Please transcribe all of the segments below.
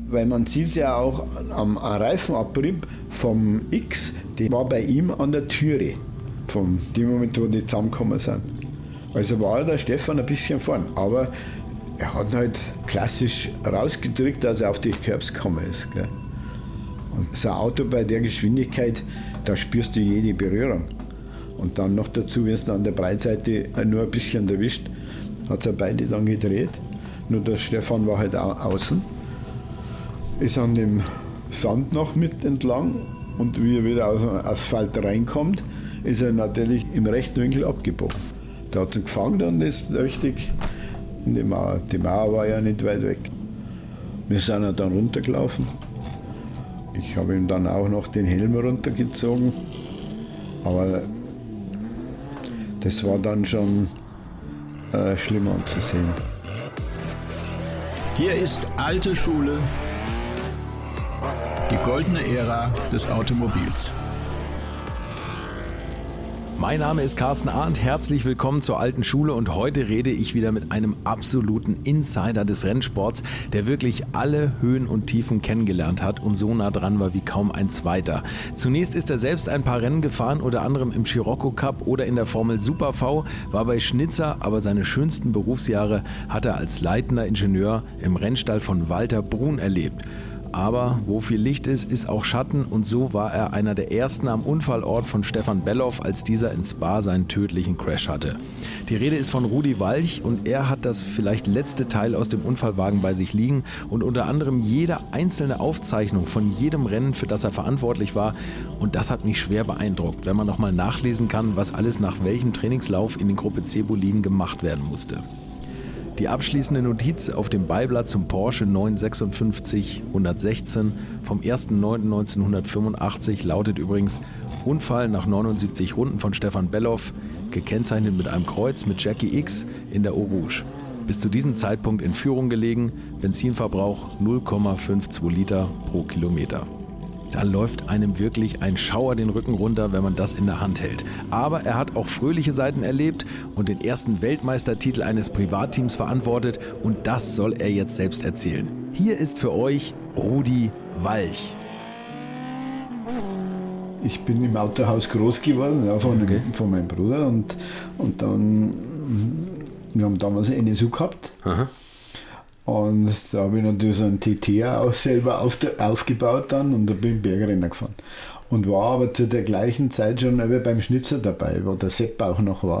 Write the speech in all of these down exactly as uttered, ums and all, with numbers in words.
Weil man sieht es ja auch am Reifenabrieb vom X, die war bei ihm an der Türe, vom dem Moment, wo die zusammengekommen sind. Also war der Stefan ein bisschen vorn, aber er hat halt klassisch rausgedrückt, dass er auf die Curbs gekommen ist. Gell. Und so ein Auto bei der Geschwindigkeit, da spürst du jede Berührung. Und dann noch dazu, wenn es dann an der Breitseite nur ein bisschen erwischt, hat es beide dann gedreht. Nur der Stefan war halt au- außen. Ist an dem Sand noch mit entlang und wie er wieder auf den Asphalt reinkommt, ist er natürlich im rechten Winkel abgebogen. Da hat er ihn gefangen und ist richtig in die Mauer. Die Mauer war ja nicht weit weg. Wir sind dann runtergelaufen. Ich habe ihm dann auch noch den Helm runtergezogen. Aber das war dann schon äh, schlimm anzusehen. Hier ist alte Schule. Die goldene Ära des Automobils. Mein Name ist Carsten Arndt, herzlich willkommen zur alten Schule und heute rede ich wieder mit einem absoluten Insider des Rennsports, der wirklich alle Höhen und Tiefen kennengelernt hat und so nah dran war wie kaum ein zweiter. Zunächst ist er selbst ein paar Rennen gefahren, unter anderem im Scirocco Cup oder in der Formel Super V, war bei Schnitzer, aber seine schönsten Berufsjahre hat er als leitender Ingenieur im Rennstall von Walter Brun erlebt. Aber wo viel Licht ist, ist auch Schatten und so war er einer der ersten am Unfallort von Stefan Bellof, als dieser in Spa seinen tödlichen Crash hatte. Die Rede ist von Rudi Walch und er hat das vielleicht letzte Teil aus dem Unfallwagen bei sich liegen und unter anderem jede einzelne Aufzeichnung von jedem Rennen, für das er verantwortlich war, und das hat mich schwer beeindruckt, wenn man nochmal nachlesen kann, was alles nach welchem Trainingslauf in den Gruppe C-Boliden gemacht werden musste. Die abschließende Notiz auf dem Beiblatt zum Porsche neun fünfsechs hundertsechzehn vom erster neunter neunzehnhundertfünfundachtzig lautet übrigens: Unfall nach neunundsiebzig Runden von Stefan Bellof, gekennzeichnet mit einem Kreuz mit Jackie X in der Eau Rouge. Bis zu diesem Zeitpunkt in Führung gelegen, Benzinverbrauch null Komma zweiundfünfzig Liter pro Kilometer. Da läuft einem wirklich ein Schauer den Rücken runter, wenn man das in der Hand hält. Aber er hat auch fröhliche Seiten erlebt und den ersten Weltmeistertitel eines Privatteams verantwortet und das soll er jetzt selbst erzählen. Hier ist für euch Rudi Walch. Ich bin im Autohaus groß geworden, ja, von, okay. von meinem Bruder und, und dann, wir haben damals eine N S U gehabt. Aha. Und da habe ich natürlich so einen T T auch selber auf der, aufgebaut dann und da bin ich Bergrenner gefahren. Und war aber zu der gleichen Zeit schon beim Schnitzer dabei, wo der Sepp auch noch war.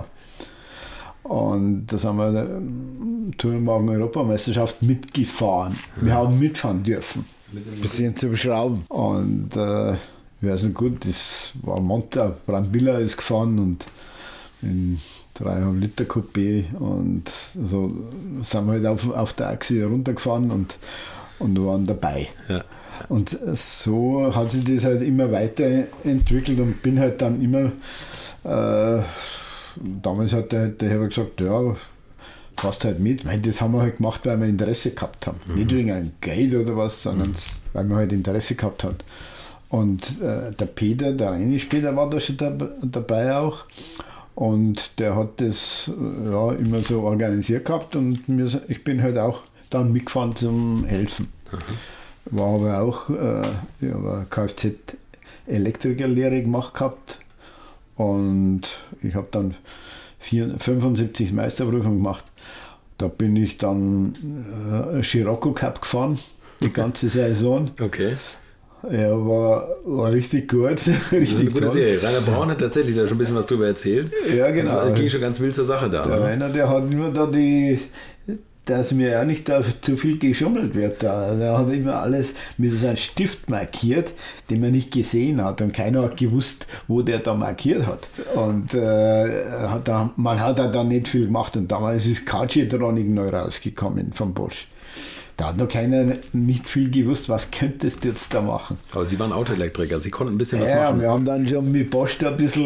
Und da sind wir Tourwagen-Europameisterschaft mitgefahren. Wir haben mitfahren dürfen, bisschen zum Schrauben. Und äh, ich weiß nicht gut, das war Monta, Brandbiller ist gefahren und in dreieinhalb Liter Coupé und so sind wir halt auf, auf der Achse runtergefahren und, und waren dabei. Ja. Und so hat sich das halt immer weiterentwickelt und bin halt dann immer, äh, damals hat der, der Herr gesagt, ja, fast halt mit. Ich meine, das haben wir halt gemacht, weil wir Interesse gehabt haben. Mhm. Nicht wegen einem Geld oder was, sondern mhm. weil man halt Interesse gehabt hat. Und äh, der Peter, der Reinisch Peter war da schon da, dabei auch. Und der hat das ja, immer so organisiert gehabt und mir, ich bin halt auch dann mitgefahren zum Helfen. Mhm. War aber auch, äh, ich habe Kfz-Elektrikerlehre gemacht gehabt und ich habe dann fünfundsiebzig Meisterprüfung gemacht. Da bin ich dann äh, Scirocco Cup gefahren, die ganze Saison. Okay. Ja, war, war richtig gut. Richtig gute Serie. Rainer Braun hat tatsächlich da schon ein bisschen was drüber erzählt. Ja, genau. Das ging schon ganz wild zur Sache da. Der Rainer, der hat immer da die, dass mir auch nicht da zu viel geschummelt wird. Da. Der hat immer alles mit so einem Stift markiert, den man nicht gesehen hat und keiner hat gewusst, wo der da markiert hat. Und äh, hat da, man hat da dann nicht viel gemacht und damals ist Couchitronic neu rausgekommen von Bosch. Da hat noch keiner nicht viel gewusst, was könntest du jetzt da machen. Aber Sie waren Autoelektriker, Sie konnten ein bisschen was ja, machen. Ja, wir haben dann schon mit Bosch da ein bisschen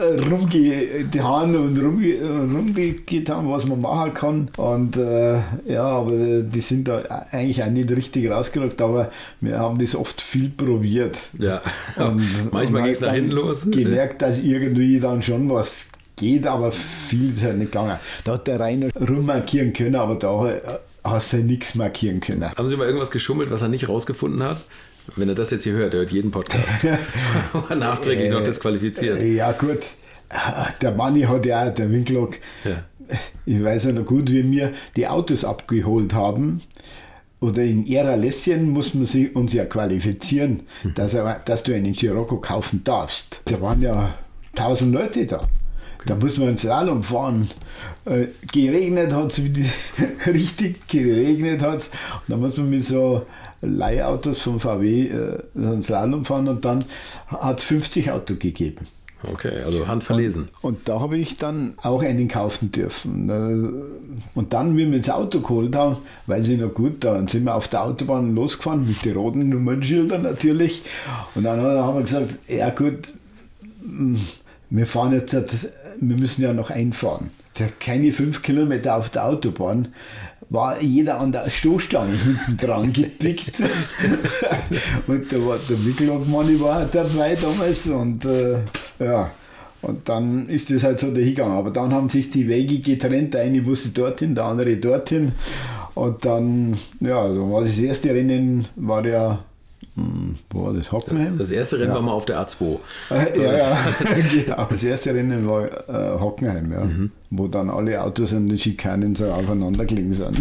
rumgetan und rumgetan, was man machen kann. Und äh, ja, aber die sind da eigentlich auch nicht richtig rausgerückt, aber wir haben das oft viel probiert. Ja, und, manchmal ging es nach hinten los. Gemerkt, dass irgendwie dann schon was geht, aber viel ist halt nicht gegangen. Da hat der Rainer rummarkieren können, aber da hast du nichts markieren können. Haben Sie mal irgendwas geschummelt, was er nicht rausgefunden hat? Wenn er das jetzt hier hört, er hört jeden Podcast. Nachträglich noch disqualifiziert. Ja gut, der Manni hat ja auch, der Winkelhock, ja. Ich weiß ja noch gut, wie wir die Autos abgeholt haben. Oder in Eralessien muss man sich, uns ja qualifizieren, hm. dass, er, dass du einen Scirocco kaufen darfst. Da waren ja tausend Leute da. Okay. Da muss man einen Slalom fahren. Äh, geregnet hat es, richtig geregnet hat es. Und da muss man mit so Leihautos von V W äh, einen Slalom fahren und dann hat es fünfzig Autos gegeben. Okay, also handverlesen. Und, und da habe ich dann auch einen kaufen dürfen. Und dann, wie wir das Auto geholt haben, weiß ich noch gut, dann sind wir auf der Autobahn losgefahren mit den roten Nummernschildern natürlich. Und dann haben wir gesagt, ja gut, wir fahren jetzt, wir müssen ja noch einfahren. Keine fünf Kilometer auf der Autobahn war jeder an der Stoßstange hinten dran gepickt. Und da war der Mikkelmann war dabei damals und äh, ja, und dann ist das halt so dahingegangen. Aber dann haben sich die Wege getrennt, der eine musste dorthin, der andere dorthin. Und dann, ja, also war das erste Rennen, war ja, hm, wo war das, Hockenheim? Das erste Rennen ja. war mal auf der A zwei. Äh, ja, ja, genau. Das erste Rennen war äh, Hockenheim, ja. Mhm. Wo dann alle Autos an den Schikanen so aufeinander gelegen sind.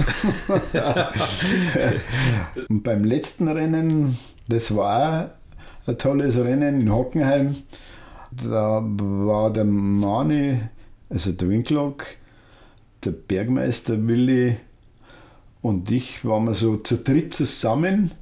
Und beim letzten Rennen, das war ein tolles Rennen in Hockenheim, da war der Mani, also der Winkelhock, der Bergmeister Willi und ich, waren wir so zu dritt zusammen.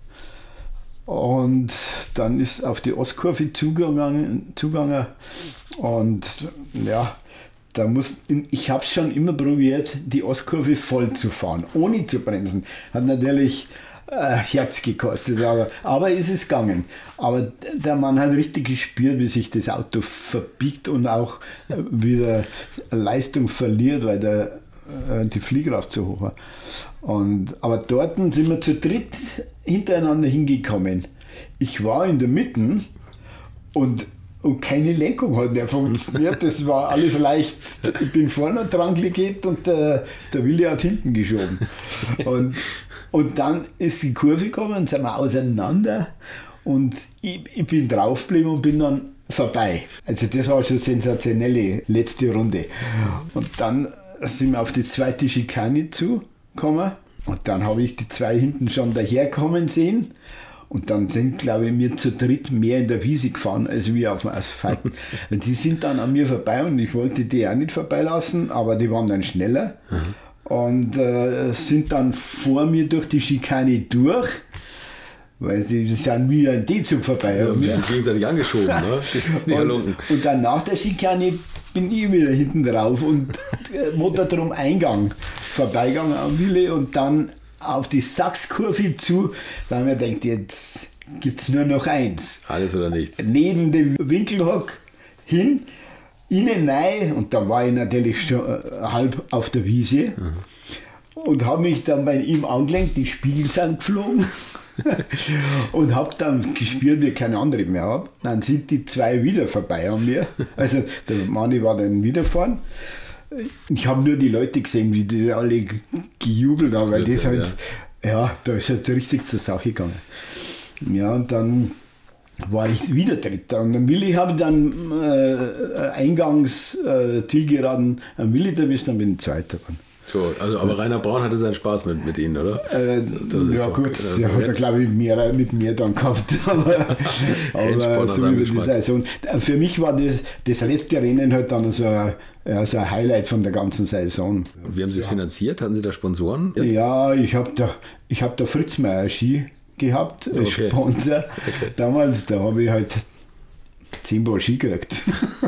Und dann ist auf die Ostkurve zugegangen, zugegangen und ja, da muss, ich habe schon immer probiert, die Ostkurve voll zu fahren, ohne zu bremsen. Hat natürlich äh, Herz gekostet, aber, aber ist es gegangen. Aber der Mann hat richtig gespürt, wie sich das Auto verbiegt und auch äh, wieder Leistung verliert, weil der die Fliehkraft zu hoch war. Und, aber dort sind wir zu dritt hintereinander hingekommen. Ich war in der Mitte und, und keine Lenkung hat mehr funktioniert. Das war alles leicht. Ich bin vorne dran gelegt und der, der Willi hat hinten geschoben. Und, und dann ist die Kurve gekommen und sind wir auseinander und ich, ich bin draufgeblieben und bin dann vorbei. Also das war schon sensationelle letzte Runde. Und dann sind wir auf die zweite Schikane zugekommen und dann habe ich die zwei hinten schon daherkommen sehen und dann sind, glaube ich, wir zu dritt mehr in der Wiese gefahren als wir auf dem Asphalt. Und die sind dann an mir vorbei und ich wollte die auch nicht vorbeilassen, aber die waren dann schneller mhm. und äh, sind dann vor mir durch die Schikane durch, weil sie sind wie ein D-Zug vorbei. Ja, und sind gegenseitig angeschoben. Ne? Die und, und dann nach der Schikane bin ich wieder hinten drauf und Motordrom Eingang vorbeigegangen am Wille und dann auf die Sachskurve zu. Da haben wir gedacht, jetzt gibt es nur noch eins. Alles oder nichts. Neben dem Winkelhock hin, innen rein und da war ich natürlich schon halb auf der Wiese mhm. und habe mich dann bei ihm angelenkt, die Spiegel sind geflogen. Und habe dann gespürt, wie ich keine andere mehr habe. Dann sind die zwei wieder vorbei an mir. Also der Manni war dann wieder vorn. Ich habe nur die Leute gesehen, wie die alle gejubelt haben, weil das halt, ja. ja, da ist halt richtig zur Sache gegangen. Ja, und dann war ich wieder Dritter. Und dann Willi habe ich dann äh, eingangs äh, Zielgeraden am Willi erwischt, dann bin ich Zweiter geworden. So, also, aber Rainer Braun hatte seinen Spaß mit, mit Ihnen, oder? Äh, ja doch, gut, der hat er glaube ich mehr mit mir dann gehabt. aber aber so über die Saison. Für mich war das, das letzte Rennen halt dann so ein, ja, so ein Highlight von der ganzen Saison. Und wie haben Sie es ja. finanziert? Hatten Sie da Sponsoren? Ja, ja ich habe da, ich hab da Fritz Meier Ski gehabt, als okay. Sponsor. Okay. Damals, da habe ich halt zehn Paar Ski gekriegt.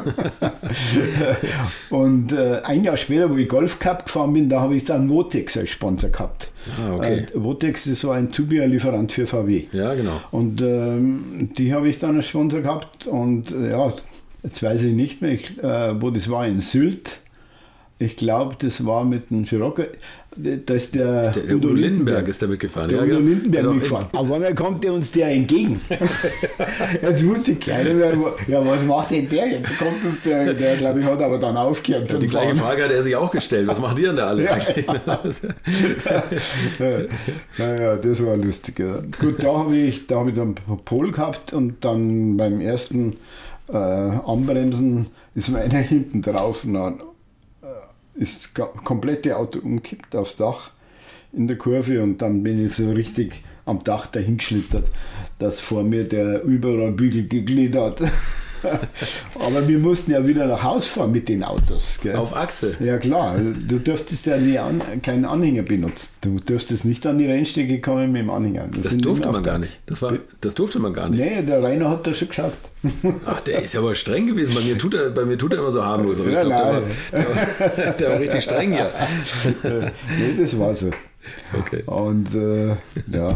Und äh, ein Jahr später, wo ich Golf Cup gefahren bin, da habe ich dann Votex als Sponsor gehabt. Ah, okay. äh, Votex ist so ein Zubehörlieferant für V W. Ja, genau. Und ähm, die habe ich dann als Sponsor gehabt und äh, ja, jetzt weiß ich nicht mehr, ich, äh, wo das war, in Sylt. Ich glaube, das war mit dem Scirocco. Da ist der, der, der Udo, Udo Lindenberg, Lindenberg ist da mitgefahren. Der ja, Udo genau. Lindenberg ja, mitgefahren. Auf einmal kommt der uns der entgegen. Jetzt wusste ich keiner mehr, ja, was macht denn der jetzt? Kommt uns der, der glaube ich, hat aber dann aufgehört. Ja, die gleiche Frage hat er sich auch gestellt. Was macht ihr denn da alle? Ja, naja, das war lustig. Ja. Gut, da habe ich, da hab ich dann Pol gehabt und dann beim ersten äh, Anbremsen ist mir einer hinten drauf und dann ist das komplette Auto umkippt aufs Dach in der Kurve und dann bin ich so richtig am Dach dahin geschlittert, dass vor mir der überall Bügel gegliedert hat. Aber wir mussten ja wieder nach Hause fahren mit den Autos. Gell? Auf Achse? Ja klar, du durftest ja nie an, keinen Anhänger benutzen. Du durftest nicht an die Rennstrecke kommen mit dem Anhänger. Das, das durfte man gar nicht. Das, war, das durfte man gar nicht. Nee, der Rainer hat da schon geschaut. Ach, der ist ja aber streng gewesen. Bei mir tut er, bei mir tut er immer so harmlos. Aber ja, ich glaube, der, war, der, der war richtig streng, ja. Nee, das war so. Okay. Und äh, ja,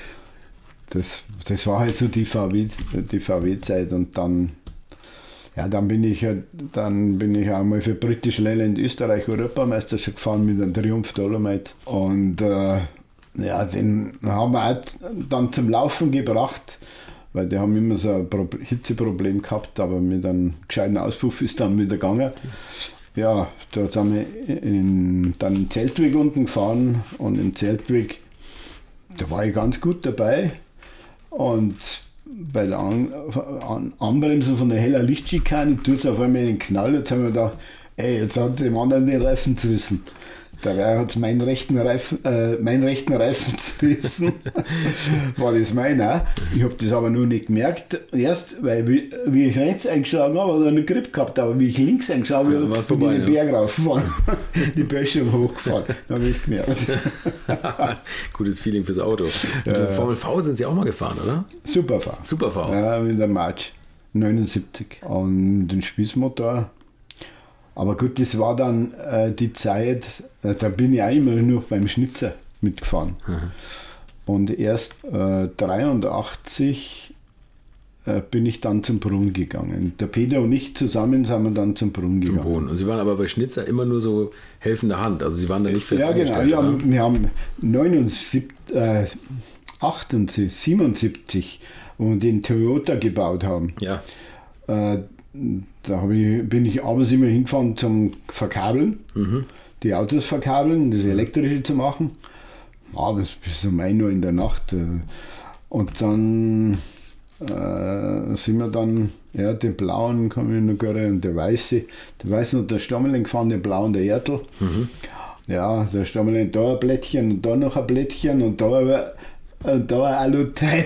das, das war halt so die V W, die V W-Zeit und dann Ja, dann bin ich dann bin ich einmal für British Leyland Österreich Europameisterschaft gefahren mit einem Triumph Dolomite. Und äh, ja, den haben wir auch dann zum Laufen gebracht, weil die haben immer so ein Hitzeproblem gehabt, aber mit einem gescheiten Auspuff ist dann wieder gegangen. Ja, da sind wir in, dann in Zeltweg unten gefahren und in Zeltweg, da war ich ganz gut dabei. Und bei der An An Anbremsen von der heller Lichtschikane tut es auf einmal einen Knall. Jetzt haben wir gedacht, ey, jetzt hat dem anderen den Reifen zerrissen. Dabei hat es meinen rechten Reifen, äh, meinen rechten Reifen zerrissen. War das meiner. Ich habe das aber nur nicht gemerkt. Erst, weil wie, wie ich rechts eingeschlagen habe, hat er einen Grip gehabt. Aber wie ich links eingeschlagen habe, ja, bin ich den Berg raufgefahren. Die Böschung hochgefahren. Dann habe ich es gemerkt. Gutes Feeling fürs Auto. Mit Ja. Formel V sind Sie auch mal gefahren, oder? Super-V. Super-V. Ja, mit der March neunundsiebzig. Und den Spießmotor. Aber gut, das war dann äh, die Zeit, äh, da bin ich auch immer nur beim Schnitzer mitgefahren. Mhm. Und erst äh, dreiundachtzig äh, bin ich dann zum Brunn gegangen. Der Peter und ich zusammen sind wir dann zum Brunn Zum gegangen. Brunn. Und Sie waren aber bei Schnitzer immer nur so helfende Hand, also Sie waren da nicht fest Ja, genau. angestellt, Ja, oder? wir haben neunundsiebzig, äh, achtundsiebzig, siebenundsiebzig, wo wir den Toyota gebaut haben. Ja. Äh, Da hab ich, bin ich abends immer hingefahren zum Verkabeln, mhm. die Autos verkabeln, das Elektrische zu machen. Abends bis um ein Uhr in der Nacht. Und dann äh, sind wir dann, ja, den blauen kann ich noch gar nicht, und der weiße, der weiße und der Stammeling gefahren, den blauen, der Ertl. Mhm. Ja, der Stammeling, da ein Blättchen und da noch ein Blättchen und da und da ein Aluteil.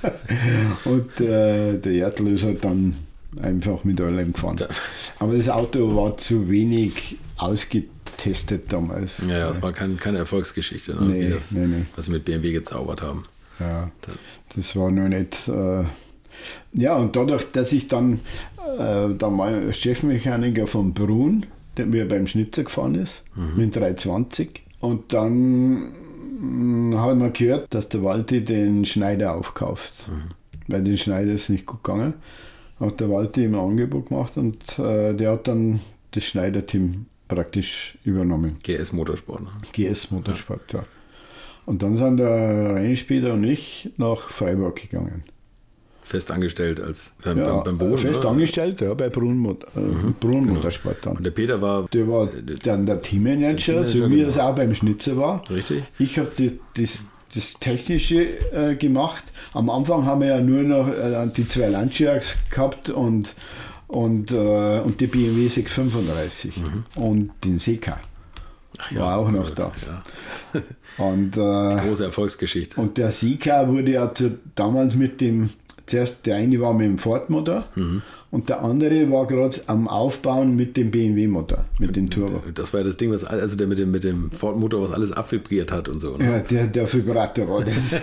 Und äh, der Ertl ist halt dann einfach mit allem gefahren. Aber das Auto war zu wenig ausgetestet damals. Ja, ja, es war kein, keine Erfolgsgeschichte, ne? Nee, Wie das, nee, nee. was sie mit B M W gezaubert haben. Ja, das war noch nicht. Äh, ja, und dadurch, dass ich dann, äh, da mal Chefmechaniker von Brunn, der mir beim Schnitzer gefahren ist, mhm. mit dreihundertzwanzig. Und dann mh, haben wir gehört, dass der Walti den Schneider aufkauft. Mhm. Weil den Schneider ist nicht gut gegangen. Hat der Walti ihm ein Angebot gemacht und äh, der hat dann das Schneider-Team praktisch übernommen. G S Motorsport. Ne? G S Motorsport, ja. ja. Und dann sind der Rennspieler und ich nach Freiburg gegangen. Fest angestellt als äh, ja, beim, beim Brunn? Fest oder? angestellt, ja, bei Brunn, äh, mhm, Brunn genau. Motorsport dann. Und der Peter war... Der war dann der Teammanager, so wie genau. es auch beim Schnitzer war. Richtig. Ich habe die, das, das Technische äh, gemacht. Am Anfang haben wir ja nur noch äh, die zwei Lancia gehabt und, und, äh, und die B M W sechshundertfünfunddreißig mhm. und den Seca. Ach ja, war auch noch da. Ja. Und, äh, große Erfolgsgeschichte. Und der Seca wurde ja zu, damals mit dem, zuerst der eine war mit dem Ford-Motor mhm. und der andere war gerade am Aufbauen mit dem B M W-Motor, mit dem Turbo. Das war ja das Ding, was also der mit dem, mit dem Ford-Motor, was alles abvibriert hat und so. Ne? Ja, der, der Vibrator war das.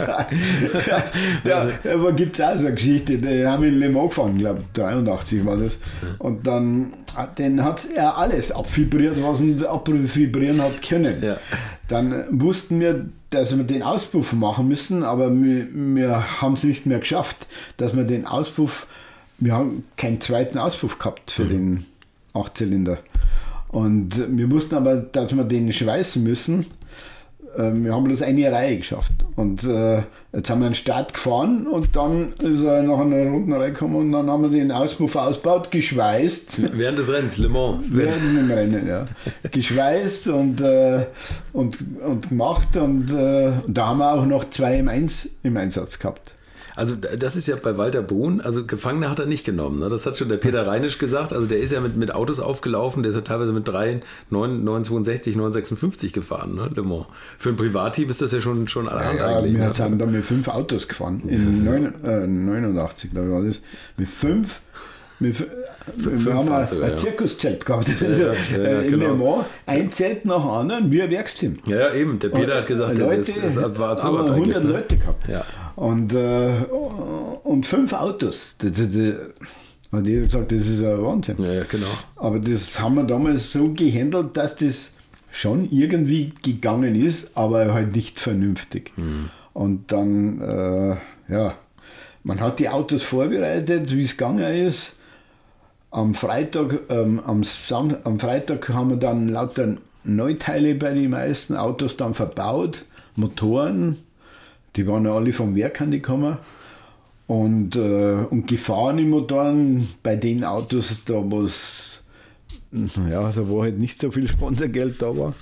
ja, da gibt es auch so eine Geschichte, die haben in Le Mans gefahren, ich glaube dreiundachtzig war das. Und dann den hat er alles abvibriert, was ihn abvibrieren hat können. Ja. Dann wussten wir, dass wir den Auspuff machen müssen, aber wir, wir haben es nicht mehr geschafft, dass wir den Auspuff, wir haben keinen zweiten Auspuff gehabt für mhm. den Achtzylinder. Und wir wussten aber, dass wir den schweißen müssen. Wir haben bloß eine Reihe geschafft. Und äh, jetzt haben wir einen Start gefahren und dann ist er nach einer Runde reingekommen und dann haben wir den Auspuff ausgebaut, geschweißt. Während des Rennens, Le Mans. Während dem Rennen, ja. Geschweißt und, äh, und, und gemacht und, äh, und da haben wir auch noch zwei M eins im Einsatz gehabt. Also das ist ja bei Walter Bohn, also Gefangene hat er nicht genommen, ne? Das hat schon der Peter Reinisch gesagt, also der ist ja mit, mit Autos aufgelaufen, der ist ja teilweise mit drei neun zweiundsechzig, neun sechsundfünfzig gefahren, ne? Le Mans. Für ein Privatteam ist das ja schon, schon allerhand ja, eigentlich. Wir ne? sind da mit fünf Autos gefahren, in neun, äh, neunundachtzig, glaube ich war das, mit fünf, mit fünf, wir fünf haben ein, sogar, ein ja. Zirkuszelt gehabt, also, ja, ja, ja, in genau. Le Mans, ein Zelt nach dem anderen, wie ein Werksteam. Ja, ja, eben, der Peter hat gesagt, Leute, das, das war absurd haben hundert ne? Leute gehabt. Ja. Und, äh, und fünf Autos. Das, das, das, hat jeder gesagt, das ist ein Wahnsinn. Ja, ja, genau. Aber das haben wir damals so gehandelt, dass das schon irgendwie gegangen ist, aber halt nicht vernünftig. Mhm. Und dann, äh, ja, man hat die Autos vorbereitet, wie es gegangen ist. Am Freitag, ähm, am, Sam- am Freitag haben wir dann lauter Neuteile bei den meisten Autos dann verbaut, Motoren, die waren ja alle vom Werk angekommen. Und, äh, und gefahren im Motoren bei den Autos, da was, ja, da war halt nicht so viel Sponsorgeld da war.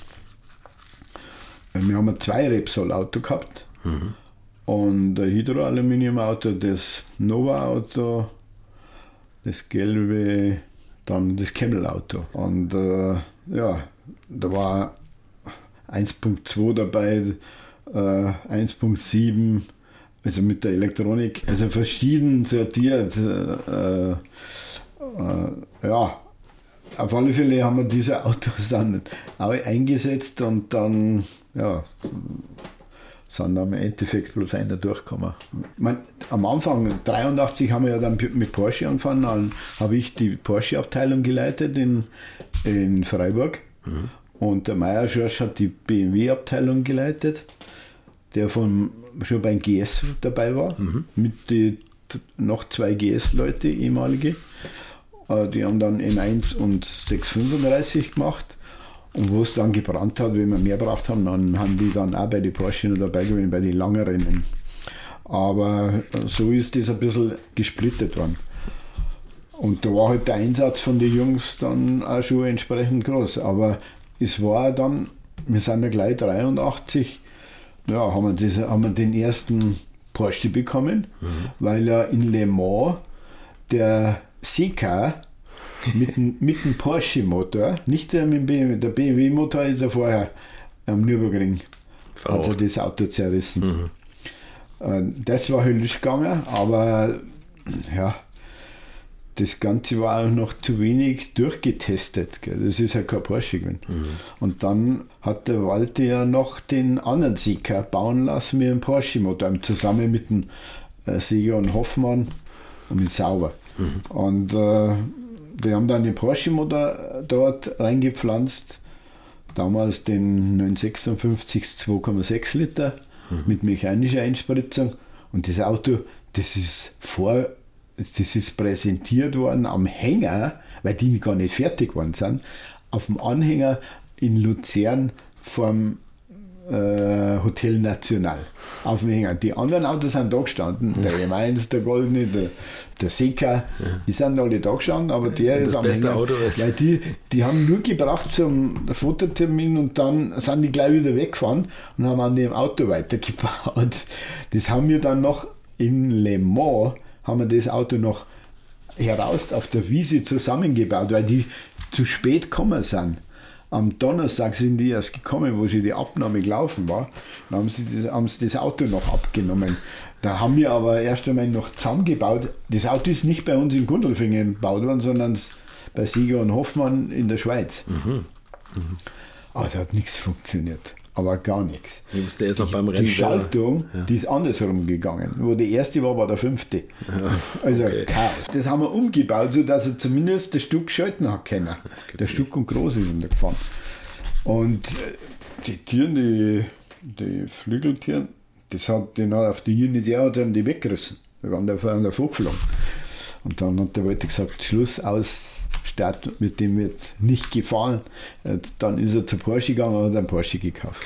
Wir haben ein zwei Repsol-Auto gehabt mhm. und ein Hydroaluminium-Auto, das Nova-Auto, das gelbe, dann das Camel-Auto. Und äh, ja, da war eins Punkt zwei dabei, äh, eins Punkt sieben, also mit der Elektronik, also verschieden sortiert. Äh, äh, ja, auf alle Fälle haben wir diese Autos dann auch eingesetzt und dann, ja, sind am Endeffekt bloß einer durchgekommen. Man, am Anfang, dreiundachtzig, haben wir ja dann mit Porsche angefangen, dann habe ich die Porsche-Abteilung geleitet in, in Freiburg mhm. und der Meier Schorsch hat die B M W-Abteilung geleitet, der von, schon beim G S dabei war, mhm. mit die, noch zwei G S-Leute, ehemalige. Die haben dann M eins und sechshundertfünfunddreißig gemacht. Und wo es dann gebrannt hat, wenn wir mehr braucht haben, dann haben die dann auch bei den Porsche noch dabei gewesen, bei den langen Rennen. Aber so ist das ein bisschen gesplittet worden. Und da war halt der Einsatz von den Jungs dann auch schon entsprechend groß. Aber es war dann, wir sind ja gleich dreiundachtzig, ja, haben wir, das, haben wir den ersten Porsche bekommen, mhm. weil ja in Le Mans der Seca mit, mit dem Porsche-Motor, nicht der mit dem B M W, der B M W-Motor ist ja vorher am Nürburgring, hat er das Auto zerrissen. Mhm. Das war höllisch gegangen, aber ja, das Ganze war auch noch zu wenig durchgetestet. Gell. Das ist ja kein Porsche gewesen. Mhm. Und dann hat der Walter ja noch den anderen Seca bauen lassen mit einem Porsche-Motor, zusammen mit dem äh, Sieger und Hoffmann und mit Sauber. Mhm. Und äh, die haben dann den Porsche-Motor dort reingepflanzt, damals den neunhundertsechsundfünfzig zwei Komma sechs Liter mhm. mit mechanischer Einspritzung. Und das Auto, das ist vor, das ist präsentiert worden am Hänger, weil die gar nicht fertig geworden sind, auf dem Anhänger in Luzern vom äh, Hotel National. Auf dem Hänger. Die anderen Autos sind da gestanden, der M eins, der Goldene, der, der Seca, ja. Die sind alle da gestanden, aber der das ist am beste Hänger. Auto ist. Weil die, die haben nur gebraucht zum Fototermin und dann sind die gleich wieder weggefahren und haben an dem Auto weitergebaut. Das haben wir dann noch in Le Mans, haben wir das Auto noch heraus auf der Wiese zusammengebaut, weil die zu spät gekommen sind. Am Donnerstag sind die erst gekommen, wo schon die Abnahme gelaufen war. Dann haben sie das, haben sie das Auto noch abgenommen. Da haben wir aber erst einmal noch zusammengebaut. Das Auto ist nicht bei uns in Gundelfingen gebaut worden, sondern bei Sieger und Hoffmann in der Schweiz. Mhm. Mhm. Aber da hat nichts funktioniert. Aber gar nichts. Der ist noch die, beim Rennen die Schaltung, ja. die ist andersrum gegangen. Wo der erste war, war der fünfte. Ja, also okay. Chaos. Das haben wir umgebaut, sodass er zumindest das Stück schalten hat können. Der Stück und groß ist er gefahren. Und die Türen, die, die Flügeltüren, das hat den auf die Unity hat er die weggerissen. Wir waren da an der Vorgeflogen. Und dann hat der Walter gesagt, Schluss aus, Start, mit dem wird nicht gefahren. Dann ist er zu Porsche gegangen und hat einen Porsche gekauft.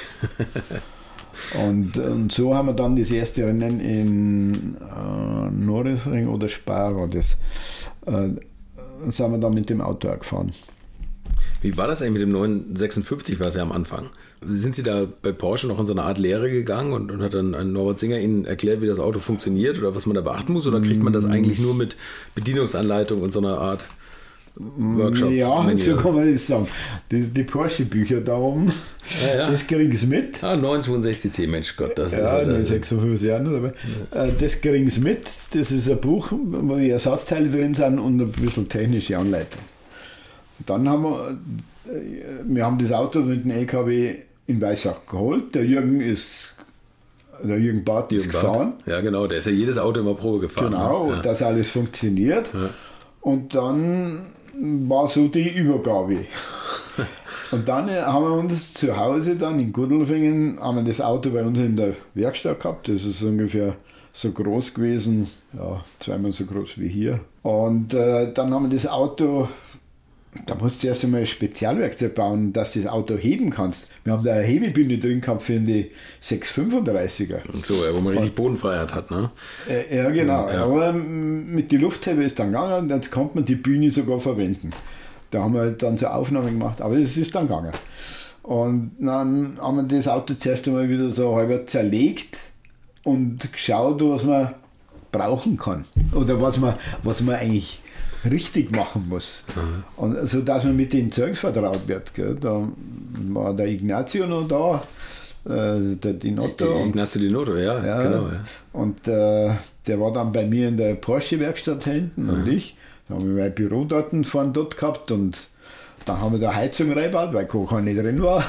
und, und so haben wir dann das erste Rennen in äh, Norrisring oder Spa war das. Äh, sind wir dann mit dem Auto auch gefahren. Wie war das eigentlich mit dem neun sechsundfünfzig, war es ja am Anfang? Sind Sie da bei Porsche noch in so eine Art Lehre gegangen und, und hat dann ein Norbert Singer Ihnen erklärt, wie das Auto funktioniert oder was man da beachten muss? Oder kriegt man das eigentlich nur mit Bedienungsanleitung und so einer Art Workshop? Ja, so kann man das sagen. Die, die Porsche-Bücher da oben, ja, ja. Das kriegen sie mit. Ah, neun zweiundsechzig C, Mensch Gott, das ja, ist ja neun sechsundfünfzig Jahre dabei. Ja. Das kriegen sie mit. Das ist ein Buch, wo die Ersatzteile drin sind und ein bisschen technische Anleitung. Dann haben wir, wir haben das Auto mit dem L K W in Weissach geholt. Der Jürgen ist, der Jürgen Barth ist gefahren. Ja, genau, der ist ja jedes Auto immer Probe gefahren. Genau, ja. Dass alles funktioniert. Ja. Und dann war so die Übergabe. Und dann haben wir uns zu Hause dann in Guddelfingen, haben wir das Auto bei uns in der Werkstatt gehabt. Das ist ungefähr so groß gewesen, ja, zweimal so groß wie hier. Und äh, dann haben wir das Auto. Da musst du erst einmal ein Spezialwerkzeug bauen, dass du das Auto heben kannst. Wir haben da eine Hebebühne drin gehabt für die sechshundertfünfunddreißiger. So, ja, wo man richtig Bodenfreiheit hat, ne? Äh, ja, genau. Ja. Aber mit der Lufthebe ist dann gegangen und jetzt konnte man die Bühne sogar verwenden. Da haben wir halt dann so Aufnahmen gemacht, aber es ist dann gegangen. Und dann haben wir das Auto zuerst einmal wieder so halb zerlegt und geschaut, was man brauchen kann. Oder was man, was man eigentlich richtig machen muss. Mhm. Und so dass man mit den Zeugs vertraut wird. Gell. Da war der Ignazio noch da, äh, der Dinotto. Ignazio Dinotto, ja, ja, genau. Ja. Und äh, der war dann bei mir in der Porsche-Werkstatt hinten mhm. und ich. Da haben wir mein Büro dort vorne dort gehabt und dann haben wir da Heizung reingebaut, weil keiner nicht drin war.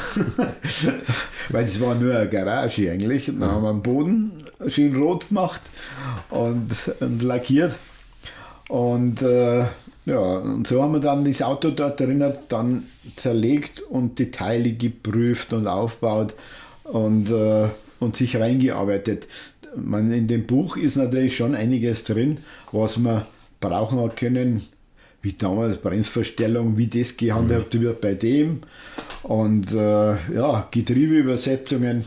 Weil das war nur eine Garage eigentlich. Und dann mhm. haben wir den Boden schön rot gemacht und, und lackiert. Und äh, ja, und so haben wir dann das Auto dort drinnen dann zerlegt und die Teile geprüft und aufgebaut und, äh, und sich reingearbeitet. Man, in dem Buch ist natürlich schon einiges drin, was wir brauchen können, wie damals Bremsverstellung, wie das gehandhabt mhm. wird bei dem und äh, ja, Getriebeübersetzungen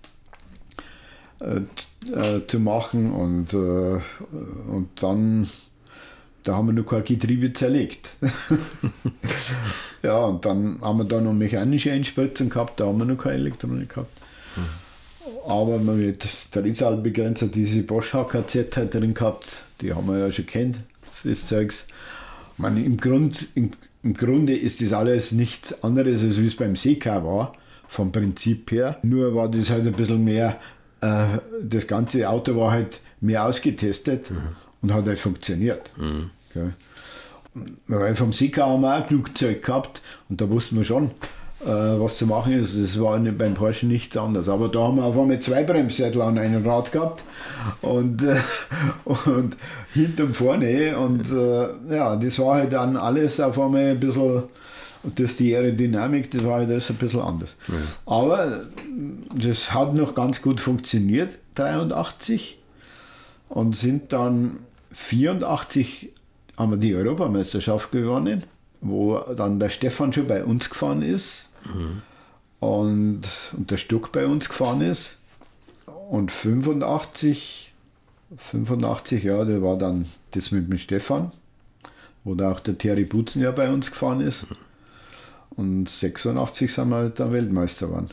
äh, äh, zu machen und, äh, und dann da haben wir noch kein Getriebe zerlegt. Ja, und dann haben wir da noch mechanische Einspritzung gehabt, da haben wir noch keine Elektronik gehabt. Mhm. Aber mit Drehzahlbegrenzer, diese Bosch H K Z halt drin gehabt, die haben wir ja schon kennt, das Zeugs. Man, im, Grund, im, Im Grunde ist das alles nichts anderes, als wie es beim Seeker war, vom Prinzip her. Nur war das halt ein bisschen mehr, äh, das ganze Auto war halt mehr ausgetestet. Mhm. Und hat halt funktioniert. Mhm. Okay. Weil vom Seeker haben wir auch genug Zeug gehabt und da wussten wir schon, äh, was zu machen ist. Das war beim Porsche nichts anderes. Aber da haben wir auf einmal zwei Bremssättel an einem Rad gehabt und, äh, und hinten vorne. Und äh, ja, das war halt dann alles auf einmal ein bisschen, durch die Aerodynamik, das war halt alles ein bisschen anders. Mhm. Aber das hat noch ganz gut funktioniert, dreiundachtzig. Und sind dann vierundachtzig haben wir die Europameisterschaft gewonnen, wo dann der Stefan schon bei uns gefahren ist mhm. und, und der Stuck bei uns gefahren ist. Und fünfundachtzig, fünfundachtzig, ja, das war dann das mit dem Stefan, wo da auch der Thierry Butzen ja bei uns gefahren ist. Und sechsundachtzig sind wir halt dann Weltmeister geworden.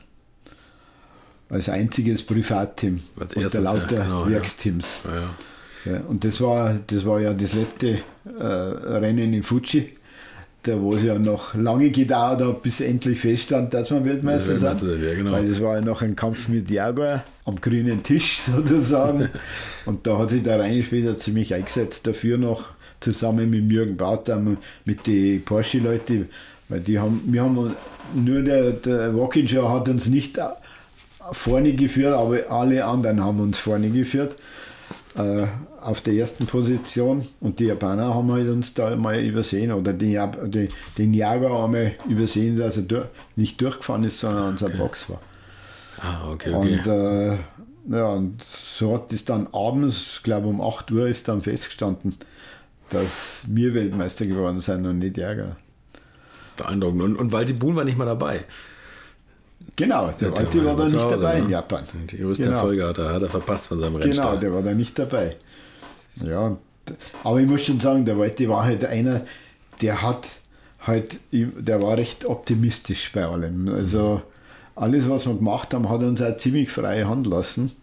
Als einziges Privatteam als unter lauter ja, genau, Werksteams. Ja. Ja, ja. Ja, und das war, das war ja das letzte äh, Rennen in Fuji, da wo es ja noch lange gedauert hat, bis endlich feststand, dass wir Weltmeister sind. Ja, genau. Weil das war ja noch ein Kampf mit Jaguar am grünen Tisch sozusagen. Und da hat sich der Reini später ziemlich eingesetzt dafür noch, zusammen mit Jürgen Barth, mit den Porsche-Leuten, weil die haben, wir haben nur der, der Walkinshaw hat uns nicht vorne geführt, aber alle anderen haben uns vorne geführt. Äh, auf der ersten Position und die Japaner haben halt uns da mal übersehen oder die, die, den Jaguar haben wir übersehen, dass er durch, nicht durchgefahren ist, sondern unser okay. Box war. Ah, okay, okay. Und, äh, ja, und so hat es dann abends, ich glaube um acht Uhr ist dann festgestanden, dass wir Weltmeister geworden sind und nicht Ärger. Beeindruckend. Und, und Walti Buhn war nicht mal dabei. Genau, der, der Walti war da nicht Hause, dabei, ne? In Japan. Die größte genau. Erfolge hat er, hat er verpasst von seinem Rennstall. Genau, der war da nicht dabei. Ja, aber ich muss schon sagen, der Walti war halt einer, der hat halt, der war recht optimistisch bei allem. Also alles, was wir gemacht haben, hat uns auch ziemlich freie Hand lassen.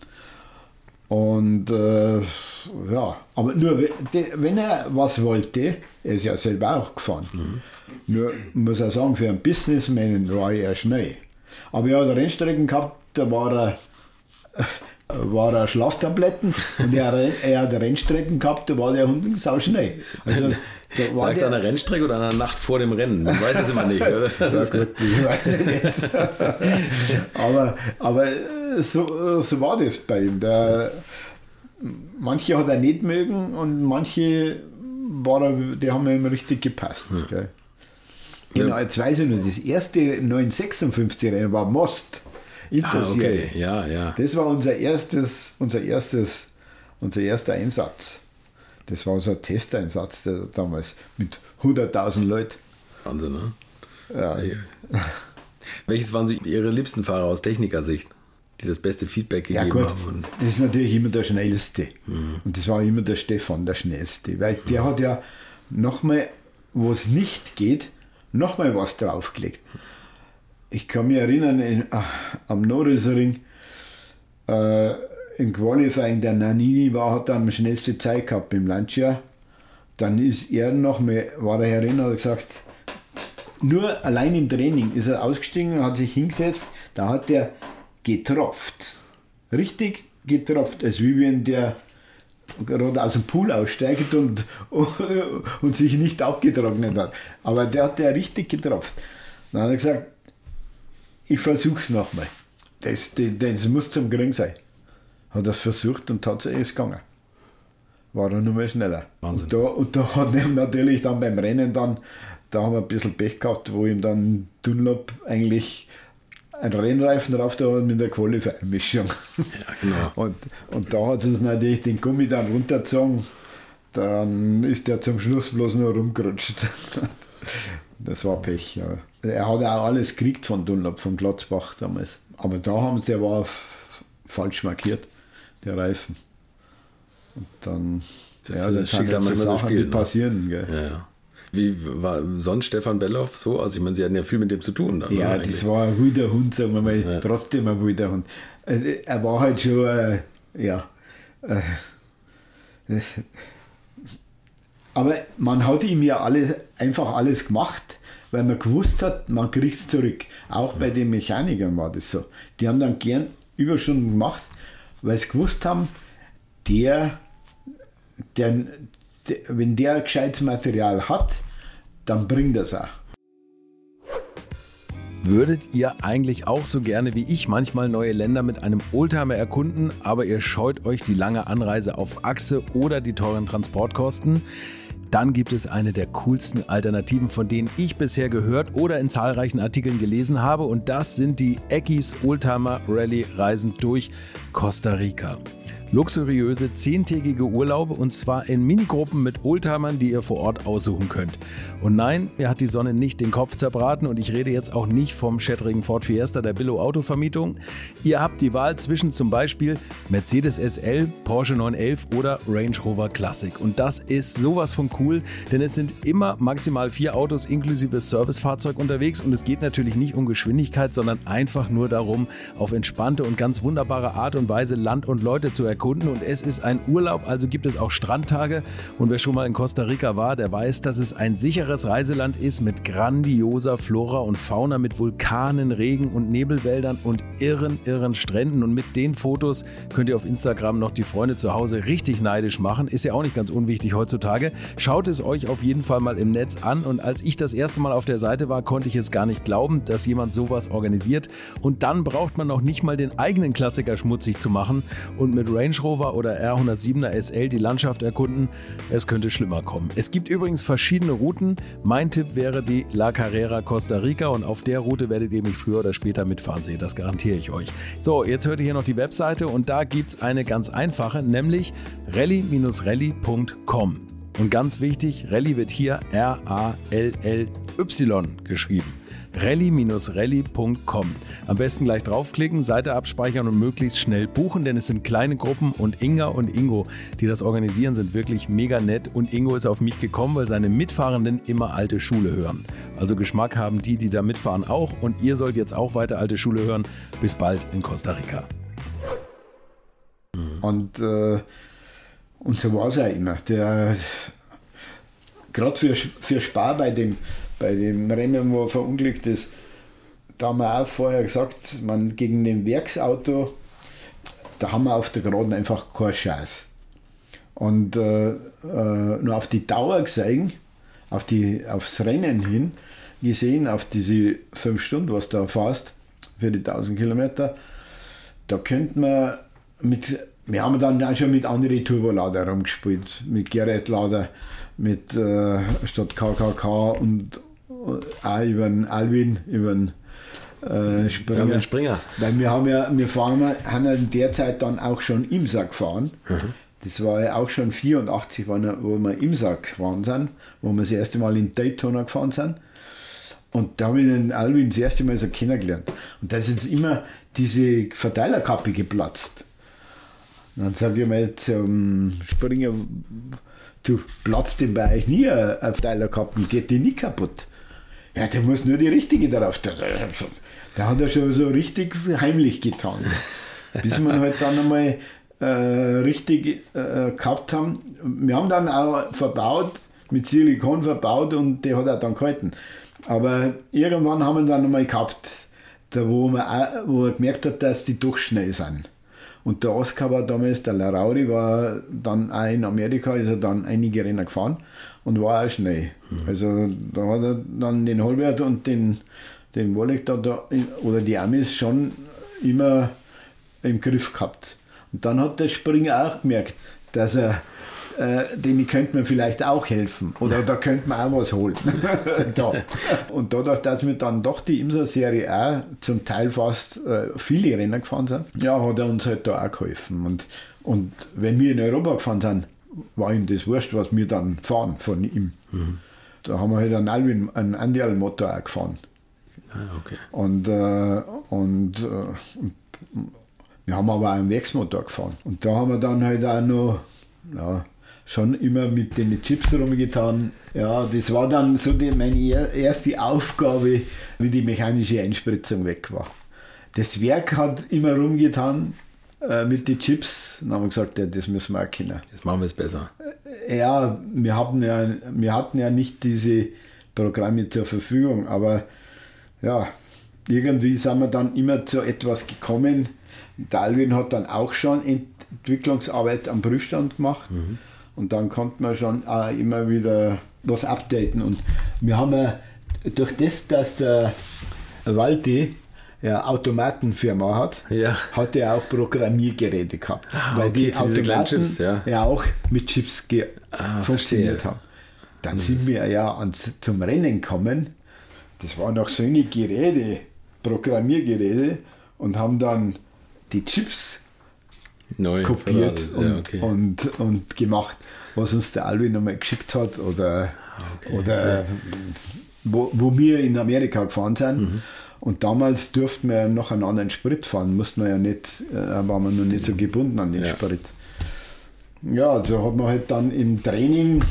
Und äh, ja, aber nur wenn er was wollte, er ist ja selber auch gefahren. Mhm. Nur muss er sagen, für einen Businessman war er schnell. Aber er hat Rennstrecken gehabt, da war er, war er Schlaftabletten und er, er hat Rennstrecken gehabt, da war der Hund sau schnell. Also, lag es an der Rennstrecke oder an der Nacht vor dem Rennen? Man weiß es immer nicht, oder? Ja, gut, ich weiß es nicht. aber aber so, so war das bei ihm. Der, manche hat er nicht mögen und manche war er, die haben ihm richtig gepasst. Ja. Gell? Genau, jetzt weiß ich nur, das erste neunhundertsechsundfünfzig Rennen war Most. Ah, okay, ja, ja. Das war unser erstes, unser erstes, unser erster Einsatz. Das war so ein Testeinsatz der, damals mit hunderttausend Leuten. Wahnsinn, ne? Ja. Welches waren so Ihre liebsten Fahrer aus Technikersicht, die das beste Feedback gegeben ja, gut, haben? Das ist natürlich immer der Schnellste. Mhm. Und das war immer der Stefan, der Schnellste. Weil der mhm. hat ja nochmal, wo es nicht geht, nochmal was draufgelegt. Ich kann mich erinnern, in, ach, am Norrisring, äh, im Qualifying, der Nannini war, hat dann die schnellste Zeit gehabt im Lancia. Dann ist er noch mal, war er herin, hat gesagt, nur allein im Training ist er ausgestiegen und hat sich hingesetzt, da hat er getropft. Richtig getropft, als wie wenn der gerade aus dem Pool aussteigt und, und sich nicht abgetrocknet hat. Aber der hat der richtig getropft. Dann hat er gesagt, ich versuch's nochmal. Das, das, das muss zum Kriegen sein. Hat er es versucht und tatsächlich ist es gegangen. War er nur mal schneller. Wahnsinn. Und da, und da hat er natürlich dann beim Rennen dann, da haben wir ein bisschen Pech gehabt, wo ihm dann Dunlop eigentlich einen Rennreifen drauf da hat mit der Qualifying-Mischung. Ja, genau. Und, und da hat es natürlich den Gummi dann runtergezogen. Dann ist der zum Schluss bloß nur rumgerutscht. Das war Pech. Ja. Er hat auch alles gekriegt von Dunlop, von Glotzbach damals. Aber da haben sie, der war f- falsch markiert, der Reifen. Und dann, das ja, das sind so Sachen, spielen, die passieren. Gell. Ja, ja. Wie war sonst Stefan Belloff so? Also ich meine, Sie hatten ja viel mit dem zu tun. Dann, ja, das war ein wilder Hund, sagen wir mal, ja. Trotzdem ein wilder Hund. Er war halt schon, äh, ja, äh, aber man hat ihm ja alles, einfach alles gemacht, weil man gewusst hat, man kriegt es zurück. Auch bei den Mechanikern war das so. Die haben dann gern Überstunden gemacht, weil sie gewusst haben, der, der, der wenn der gescheites Material hat, dann bringt das auch. Würdet ihr eigentlich auch so gerne wie ich manchmal neue Länder mit einem Oldtimer erkunden, aber ihr scheut euch die lange Anreise auf Achse oder die teuren Transportkosten? Dann gibt es eine der coolsten Alternativen, von denen ich bisher gehört oder in zahlreichen Artikeln gelesen habe, und das sind die Eckis Oldtimer Rallye Reisen durch Costa Rica. Luxuriöse zehntägige Urlaube, und zwar in Minigruppen mit Oldtimern, die ihr vor Ort aussuchen könnt. Und nein, mir hat die Sonne nicht den Kopf zerbraten, und ich rede jetzt auch nicht vom schättrigen Ford Fiesta der Billo Autovermietung. Ihr habt die Wahl zwischen zum Beispiel Mercedes S L, Porsche neun elf oder Range Rover Classic. Und das ist sowas von cool, denn es sind immer maximal vier Autos inklusive Servicefahrzeug unterwegs, und es geht natürlich nicht um Geschwindigkeit, sondern einfach nur darum, auf entspannte und ganz wunderbare Art und Weise Land und Leute zu erkunden. Und es ist ein Urlaub, also gibt es auch Strandtage. Und wer schon mal in Costa Rica war, der weiß, dass es ein sicheres Reiseland ist mit grandioser Flora und Fauna, mit Vulkanen, Regen- und Nebelwäldern und irren, irren Stränden. Und mit den Fotos könnt ihr auf Instagram noch die Freunde zu Hause richtig neidisch machen. Ist ja auch nicht ganz unwichtig heutzutage. Schaut es euch auf jeden Fall mal im Netz an. Und als ich das erste Mal auf der Seite war, konnte ich es gar nicht glauben, dass jemand sowas organisiert. Und dann braucht man noch nicht mal den eigenen Klassiker schmutzig zu machen und mit Range Rover oder R hundertsiebener S L die Landschaft erkunden. Es könnte schlimmer kommen. Es gibt übrigens verschiedene Routen. Mein Tipp wäre die La Carrera Costa Rica, und auf der Route werdet ihr mich früher oder später mitfahren sehen. Das garantiere ich euch. So, jetzt hört ihr hier noch die Webseite, und da gibt es eine ganz einfache, nämlich rally Bindestrich rally Punkt com. Und ganz wichtig, Rally wird hier R A L L Y geschrieben. rally Bindestrich rally Punkt com. Am besten gleich draufklicken, Seite abspeichern und möglichst schnell buchen, denn es sind kleine Gruppen und Inga und Ingo, die das organisieren, sind wirklich mega nett. Und Ingo ist auf mich gekommen, weil seine Mitfahrenden immer alte Schule hören. Also Geschmack haben die, die da mitfahren auch, und ihr sollt jetzt auch weiter alte Schule hören. Bis bald in Costa Rica. Und, äh, und so war es auch immer. Der, gerade für, für Spar bei dem Bei dem Rennen, wo er verunglückt ist, da haben wir auch vorher gesagt, man, gegen den Werksauto, da haben wir auf der Geraden einfach keinen Scheiß. Und äh, äh, nur auf die Dauer gesehen, auf die, aufs Rennen hin gesehen, auf diese fünf Stunden, was du da fährst, für die tausend Kilometer, da könnte man mit, wir haben dann auch schon mit anderen Turbolader rumgespielt, mit Gerätlader, mit äh, statt K K K und auch über den Alwin, über den äh, Springer. Ja, Springer. Weil wir haben ja, wir fahren, haben ja in der Zeit dann auch schon Imsa gefahren. Mhm. Das war ja auch schon vierundachtzig, wo wir Imsa gefahren sind, wo wir das erste Mal in Daytona gefahren sind. Und da habe ich den Alwin das erste Mal so kennengelernt. Und da ist jetzt immer diese Verteilerkappe geplatzt. Und dann sage ich mal zum Springer, du platzt dem bei euch nie eine Verteilerkappe, geht die nie kaputt. Ja, der muss nur die richtige darauf. Da, da hat er schon so richtig heimlich getan. Bis wir halt dann einmal äh, richtig äh, gehabt haben. Wir haben dann auch verbaut, mit Silikon verbaut, und der hat auch dann gehalten. Aber irgendwann haben wir dann einmal gehabt, da wo, man auch, wo er gemerkt hat, dass die doch schnell sind. Und der Oscar war damals, der Larauri war dann auch in Amerika, ist er dann einige Rennen gefahren und war auch schnell. Mhm. Also da hat er dann den Holbert und den, den Wolleck da, da oder die Amis schon immer im Griff gehabt. Und dann hat der Springer auch gemerkt, dass er, äh, denen könnte man vielleicht auch helfen oder da könnte man auch was holen. da. Und dadurch, dass wir dann doch die Imsa-Serie auch zum Teil fast äh, viele Rennen gefahren sind, ja, hat er uns halt da auch geholfen. Und, und wenn wir in Europa gefahren sind, war ihm das wurscht, was wir dann fahren von ihm. Mhm. Da haben wir halt einen Alvin, einen Andial-Motor auch gefahren. Ah, okay. Und, äh, und, äh, und wir haben aber auch einen Werksmotor gefahren. Und da haben wir dann halt auch noch, ja, schon immer mit den Chips rumgetan. Ja, das war dann so die, meine erste Aufgabe, wie die mechanische Einspritzung weg war. Das Werk hat immer rumgetan äh, mit den Chips. Dann haben wir gesagt, ja, das müssen wir auch können. Jetzt machen wir es besser. Ja, wir hatten ja, wir hatten ja nicht diese Programme zur Verfügung, aber ja, irgendwie sind wir dann immer zu etwas gekommen. Der Alvin hat dann auch schon Entwicklungsarbeit am Prüfstand gemacht. Mhm. Und dann konnte man schon auch immer wieder was updaten. Und wir haben ja durch das, dass der Walti ja Automatenfirma hat, ja. hat er auch Programmiergeräte gehabt. Ah, weil okay, die Automaten Chips, ja. ja auch mit Chips ge- ah, funktioniert verstehe. haben. Dann das sind wir ja ans, zum Rennen gekommen. Das waren noch so eine Geräte, Programmiergeräte, und haben dann die Chips Neu kopiert und, ja, okay. und, und gemacht, was uns der Alvin nochmal geschickt hat oder, okay. oder ja. wo, wo wir in Amerika gefahren sind. Mhm. Und damals durften wir noch einen anderen Sprit fahren, mussten wir ja nicht, äh, waren wir noch nicht so gebunden an den ja. Sprit. Ja, also hat man halt dann im Training,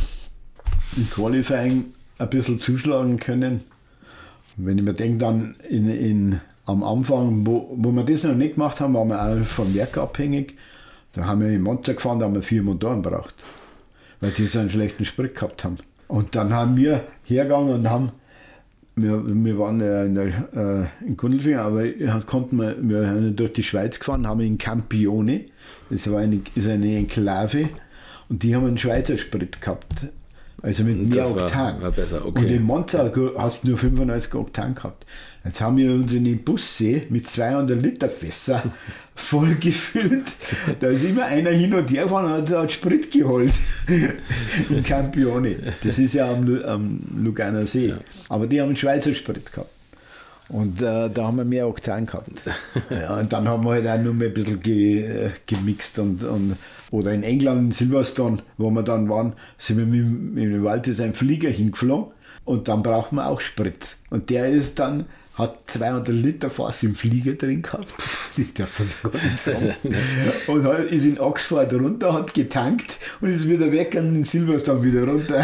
im Qualifying ein bisschen zuschlagen können. Wenn ich mir denke, dann in, in am Anfang, wo, wo wir das noch nicht gemacht haben, waren wir auch vom Werk abhängig. Da haben wir in Monza gefahren, da haben wir vier Motoren gebraucht, weil die so einen schlechten Sprit gehabt haben. Und dann haben wir hergegangen und haben, wir, wir waren ja in, der, äh, in Gundelfingen, aber konnten wir, wir sind durch die Schweiz gefahren, haben in Campione, das war eine, ist eine Enklave, und die haben einen Schweizer Sprit gehabt. Also mit mehr Oktan. War, war besser, okay. Und in Monza hast du nur fünfundneunzig Oktan gehabt. Jetzt haben wir uns in den Bussee mit zweihundert Liter Fässer voll gefüllt. Da ist immer einer hin und her gefahren und hat Sprit geholt. In Campione. Das ist ja am, am Luganer See. Ja. Aber die haben einen Schweizer Sprit gehabt. Und äh, da haben wir mehr Oktan gehabt. Ja, und dann haben wir halt auch nur mehr ein bisschen ge, äh, gemixt. Und, und, oder in England, in Silverstone, wo wir dann waren, sind wir mit, mit dem Walter ein Flieger hingeflogen. Und dann braucht man auch Sprit. Und der ist dann, hat zweihundert Liter Fass im Flieger drin gehabt. Das darf man so gar nicht sagen. Und halt ist in Oxford runter, hat getankt und ist wieder weg und in Silverstone wieder runter.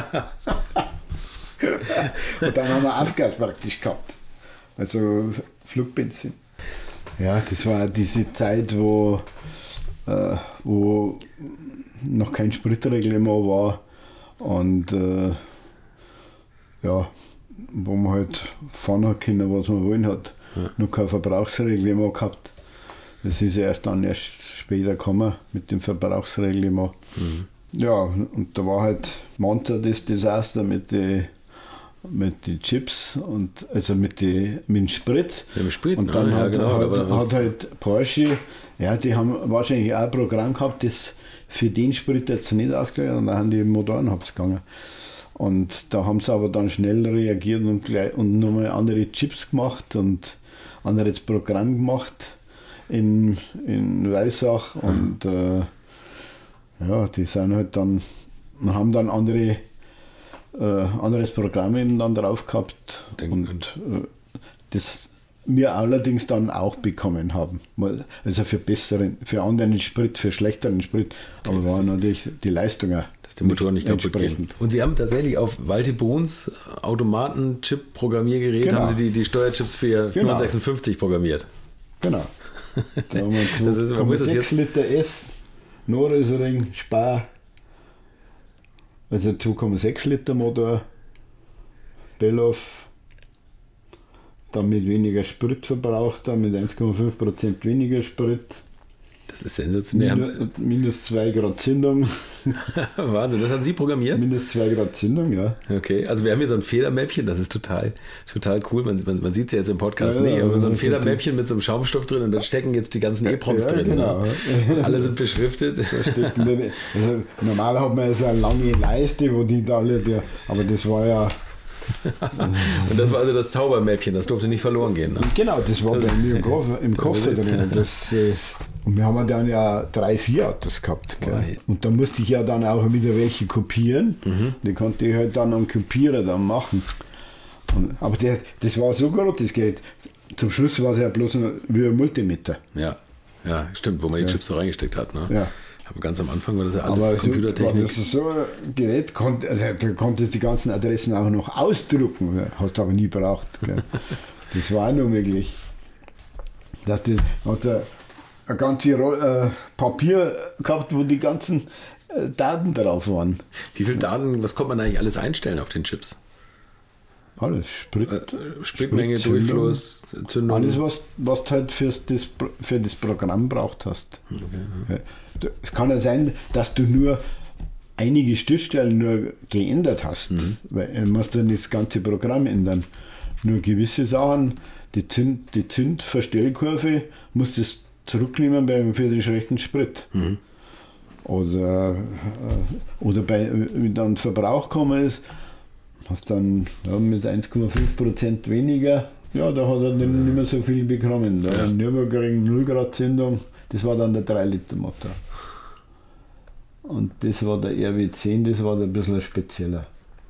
Und dann haben wir Aufgas praktisch gehabt. Also Flugbenzin. Ja, das war diese Zeit, wo, äh, wo noch kein Spritreglement war und äh, ja, wo man halt fahren können, was man wollen hat. Ja. Noch kein Verbrauchsreglement gehabt. Das ist erst dann erst später gekommen mit dem Verbrauchsreglement. Mhm. Ja, und da war halt Monza das Desaster mit den mit die Chips und also mit, die, mit dem Sprit. Ja, mit Sprit, und dann ja, hat, genau, hat, hat halt Porsche, ja, die haben wahrscheinlich auch ein Programm gehabt, das für den Sprit jetzt nicht ausgelegt, und dann haben die Motoren gegangen. Und da haben sie aber dann schnell reagiert und, gleich, und nochmal andere Chips gemacht und anderes Programm gemacht in, in Weissach. Und äh, ja, die sind halt dann, haben dann andere, äh, anderes Programm eben dann drauf gehabt. Und, und äh, das wir allerdings dann auch bekommen haben. Also für besseren, für anderen Sprit, für schlechteren Sprit. Okay, aber war natürlich die Leistung auch. Dass die Motoren nicht kaputt gehen. Und Sie haben tatsächlich auf Walter Bruns Automaten-Chip-Programmiergerät, genau. haben Sie die, die Steuerchips für genau. fünfhundertsechsundfünfzig programmiert. Genau. Da haben wir zwei Komma sechs Liter S, Norrisring, Spar, also zwei Komma sechs Liter Motor, Bellof, dann mit weniger Sprit verbraucht, dann mit eins Komma fünf Prozent weniger Sprit. Das ist sensationell. Minus, minus zwei Grad Zündung. Wahnsinn, das haben Sie programmiert? Minus zwei Grad Zündung, ja. Okay, also wir haben hier so ein Federmäppchen, das ist total, total cool. Man, man, man sieht es ja jetzt im Podcast ja, nicht, aber so ein Federmäppchen mit so einem Schaumstoff drin und da stecken jetzt die ganzen E-Proms ja, drin. Genau. Ne? Alle sind beschriftet. Also, normal hat man ja so eine lange Leiste, wo die da alle, die, aber das war ja. Und das war also das Zaubermäppchen, das durfte nicht verloren gehen. Ne? Genau, das war das, bei mir im Koffer, im Koffer drin. Das ist, und wir haben dann ja drei, vier Autos gehabt. Gell? Und da musste ich ja dann auch wieder welche kopieren. Mhm. Die konnte ich halt dann am Kopierer dann machen. Und, aber der, das war so gut, das geht. Zum Schluss war es ja bloß wie ein Multimeter. Ja, ja, stimmt, wo man ja. die Chips so reingesteckt hat. Ne? Ja. Aber ganz am Anfang war das ja alles aber Computertechnik. So, das ist so ein Gerät, konnt, also, da konntest du die ganzen Adressen auch noch ausdrucken, hast du aber nie braucht. Gell. Das war auch noch möglich. Dass die, hat er ein ganzes äh, Papier gehabt, wo die ganzen äh, Daten drauf waren. Wie viele Daten, was konnte man eigentlich alles einstellen auf den Chips? Alles, Sprit, äh, Spritmenge, Sprit, Durchfluss, Zündung. Alles, was, was du halt fürs, das, für das Programm braucht hast. Okay, ja. Es kann ja sein, dass du nur einige Stützstellen nur geändert hast, mhm. weil du musst dann das ganze Programm ändern. Nur gewisse Sachen, die, Zünd, die Zündverstellkurve, musst du zurücknehmen beim für den schlechten Sprit. Mhm. Oder, oder bei, wenn dann Verbrauch gekommen ist, hast dann ja, mit eins Komma fünf Prozent weniger, ja, da hat er nicht mehr so viel bekommen. Da ja. Nürburgring null Grad Zündung, das war dann der drei Liter Motor. Und das war der R W zehn, das war ein bisschen spezieller.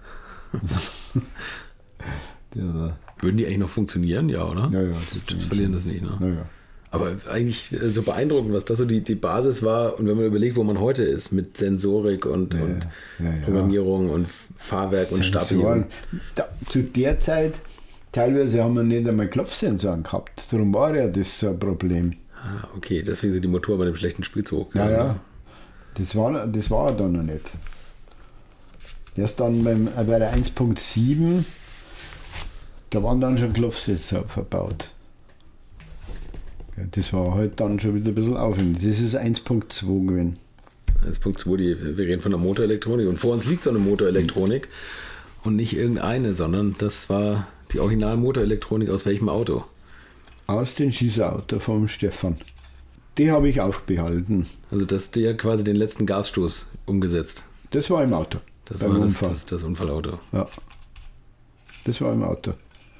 war Würden die eigentlich noch funktionieren? Ja, oder? Ja, ja. Die verlieren das nicht, ne? Ja, ja. Aber eigentlich so beeindruckend, was das so die, die Basis war. Und wenn man überlegt, wo man heute ist, mit Sensorik und, ja, und ja, ja. Programmierung und Fahrwerk Sensoren. Und Stabilisierung. Da, zu der Zeit, teilweise haben wir nicht einmal Klopfsensoren gehabt. Darum war ja das so ein Problem. Ah, okay, deswegen sind die Motoren bei dem schlechten Spritzhoch. Ja, ja. Das war, das war er dann noch nicht. Erst dann beim, bei der eins Punkt sieben, da waren dann schon Klopfsensoren verbaut. Ja, das war halt dann schon wieder ein bisschen aufwendig. Das ist eins Punkt zwei gewesen. eins Punkt zwei, die, wir reden von der Motorelektronik und vor uns liegt so eine Motorelektronik mhm. und nicht irgendeine, sondern das war die original Motorelektronik aus welchem Auto? Aus dem Schießerauto vom Stefan. Die habe ich aufbehalten. Also das, die hat quasi den letzten Gasstoß umgesetzt. Das war im Auto. Das war das, das, das Unfallauto. Ja. Das war im Auto.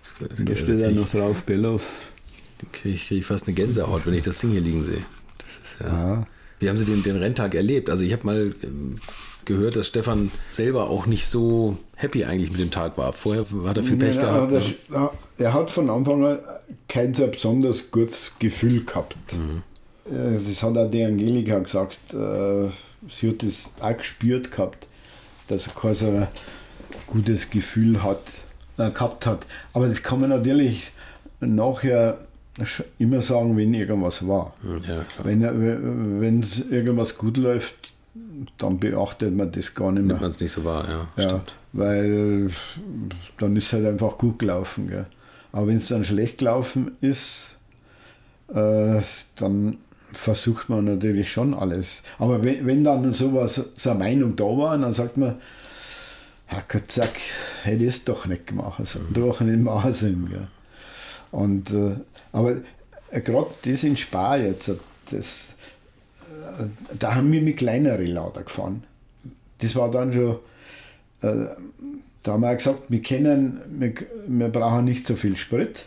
Da steht ja noch drauf, Bellof. Da kriege ich, krieg ich fast eine Gänsehaut, wenn ich das Ding hier liegen sehe. Das ist ja. Ja. Wie haben Sie den, den Renntag erlebt? Also ich habe mal ähm, gehört, dass Stefan selber auch nicht so happy eigentlich mit dem Tag war. Vorher hat er viel Pech Ja, gehabt. das, ja. Er hat von Anfang an kein so besonders gutes Gefühl gehabt. Mhm. Das hat auch die Angelika gesagt. Sie hat das auch gespürt gehabt, dass er kein so gutes Gefühl hat, äh, gehabt hat. Aber das kann man natürlich nachher immer sagen, wenn irgendwas war. Ja, klar. Wenn es irgendwas gut läuft, dann beachtet man das gar nicht mehr. Nimmt man es nicht so wahr, ja. Ja, Stimmt. weil dann ist es halt einfach gut gelaufen. Gell. Aber wenn es dann schlecht gelaufen ist, äh, dann versucht man natürlich schon alles. Aber wenn, wenn dann sowas, so eine Meinung da war, dann sagt man, Herr Gott, hätte ich es doch nicht gemacht. Also, mhm. Doch nicht machen sollen. Gell. Und, äh, aber äh, gerade das in Spa jetzt, das, äh, da haben wir mit kleineren Lader gefahren. Das war dann schon, äh, da haben wir auch gesagt, wir, können, wir, wir brauchen nicht so viel Sprit.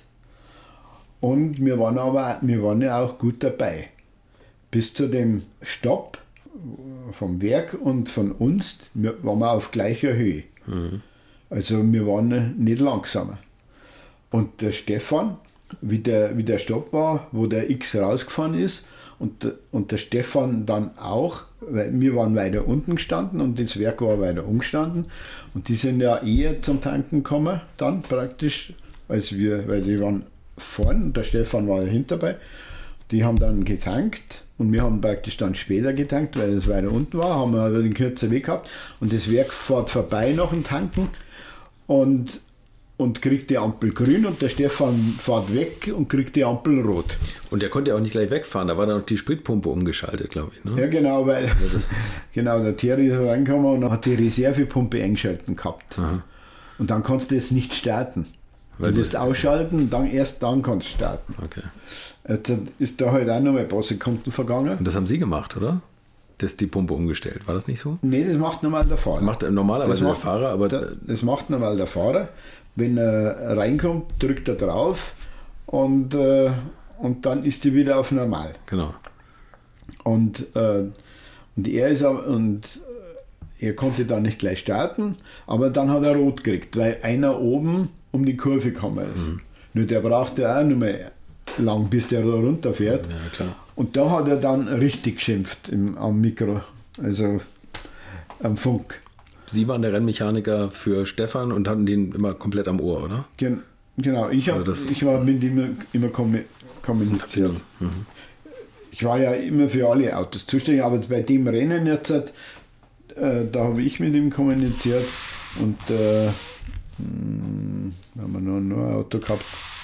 Und wir waren aber wir waren ja auch gut dabei. Bis zu dem Stopp vom Werk und von uns waren wir auf gleicher Höhe. Mhm. Also wir waren nicht langsamer. Und der Stefan, wie der, wie der Stopp war, wo der X rausgefahren ist, und, der, und der Stefan dann auch, weil wir waren weiter unten gestanden und das Werk war weiter umgestanden. Und die sind ja eher zum Tanken gekommen, dann praktisch, als wir, weil die waren vorne und der Stefan war hinterbei. Die haben dann getankt und wir haben praktisch dann später getankt, weil es weiter unten war, haben wir den kürzer Weg gehabt und das Werk fährt vorbei nach dem Tanken und, und kriegt die Ampel grün und der Stefan fährt weg und kriegt die Ampel rot. Und der konnte ja auch nicht gleich wegfahren, da war dann noch die Spritpumpe umgeschaltet, glaube ich. Ne? Ja genau, weil genau, der Thierry ist reingekommen und hat die Reservepumpe eingeschalten gehabt. Aha. Und dann kannst du es nicht starten. Weil du musst ausschalten und dann erst dann kannst du starten. Okay. Jetzt ist da halt auch noch mal ein paar Sekunden vergangen. Und das haben Sie gemacht, oder? Das ist die Pumpe umgestellt. War das nicht so? Nee, das macht normal der Fahrer. Macht normalerweise das der Fahrer, aber. Das, das macht normal der Fahrer. Wenn er reinkommt, drückt er drauf und, äh, und dann ist die wieder auf normal. Genau. Und, äh, und er ist auch, und er konnte dann nicht gleich starten, aber dann hat er rot gekriegt, weil einer oben um die Kurve gekommen ist. Mhm. Nur der brauchte auch nicht mehr lang, bis der da runterfährt. Ja, klar. Und da hat er dann richtig geschimpft im, am Mikro, also am Funk. Sie waren der Rennmechaniker für Stefan und hatten den immer komplett am Ohr, oder? Gen, genau, ich, hab, also ich war mit ihm immer, immer kommuniziert. Mhm. Ich war ja immer für alle Autos zuständig, aber bei dem Rennen jetzt, äh, da habe ich mit ihm kommuniziert und äh, hm, haben wir noch, noch ein Auto gehabt.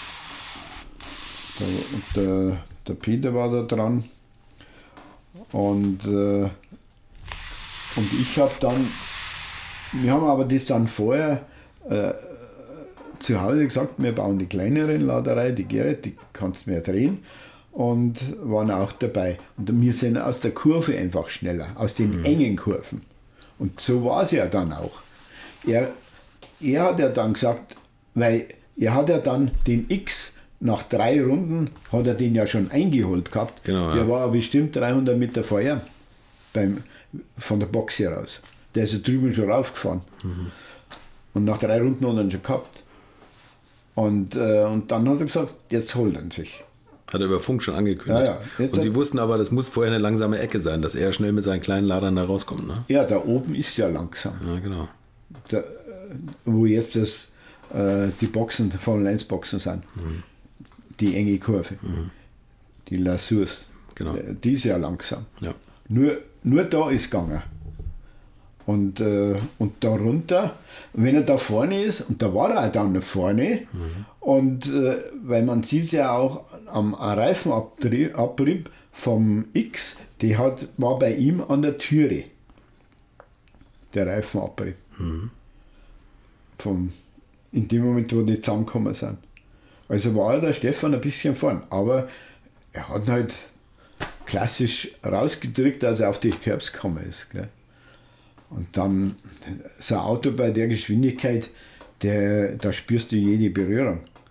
Da, und der, der Peter war da dran. Und, äh, und ich habe dann, wir haben aber das dann vorher äh, zu Hause gesagt, wir bauen die kleine Rennladerei, die Gerrit, die kannst du mehr drehen. Und waren auch dabei. Und wir sind aus der Kurve einfach schneller, aus den mhm. engen Kurven. Und so war es ja dann auch. Er, er hat ja dann gesagt, weil er hat ja dann den X nach drei Runden, hat er den ja schon eingeholt gehabt. Genau, der ja. war bestimmt dreihundert Meter vorher beim, von der Box hier raus. Der ist ja drüben schon raufgefahren. Mhm. Und nach drei Runden hat er ihn schon gehabt. Und, äh, und dann hat er gesagt, jetzt holt er sich. Hat er über Funk schon angekündigt. Ja, ja. Und Sie wussten aber, das muss vorher eine langsame Ecke sein, dass er schnell mit seinen kleinen Ladern da rauskommt. Ne? Ja, da oben ist ja langsam. Ja, genau. Da, wo jetzt das, äh, die Boxen, Formel eins Boxen sind. Mhm. Die enge Kurve. Mhm. Die Lasurs. Genau. Die ist ja langsam. Ja. Nur, nur da ist gegangen. Und, äh, und da runter, wenn er da vorne ist, und da war er auch dann vorne, mhm. und äh, weil man sieht es ja auch am Reifenabrieb vom X, die hat, war bei ihm an der Türe, der Reifenabrieb. Mhm. Vom, in dem Moment, wo die zusammengekommen sind. Also war der Stefan ein bisschen vorn, aber er hat halt klassisch rausgedrückt, dass er auf die Curbs gekommen ist. Gell? Und dann so ein Auto bei der Geschwindigkeit, der, da spürst du jede Berührung.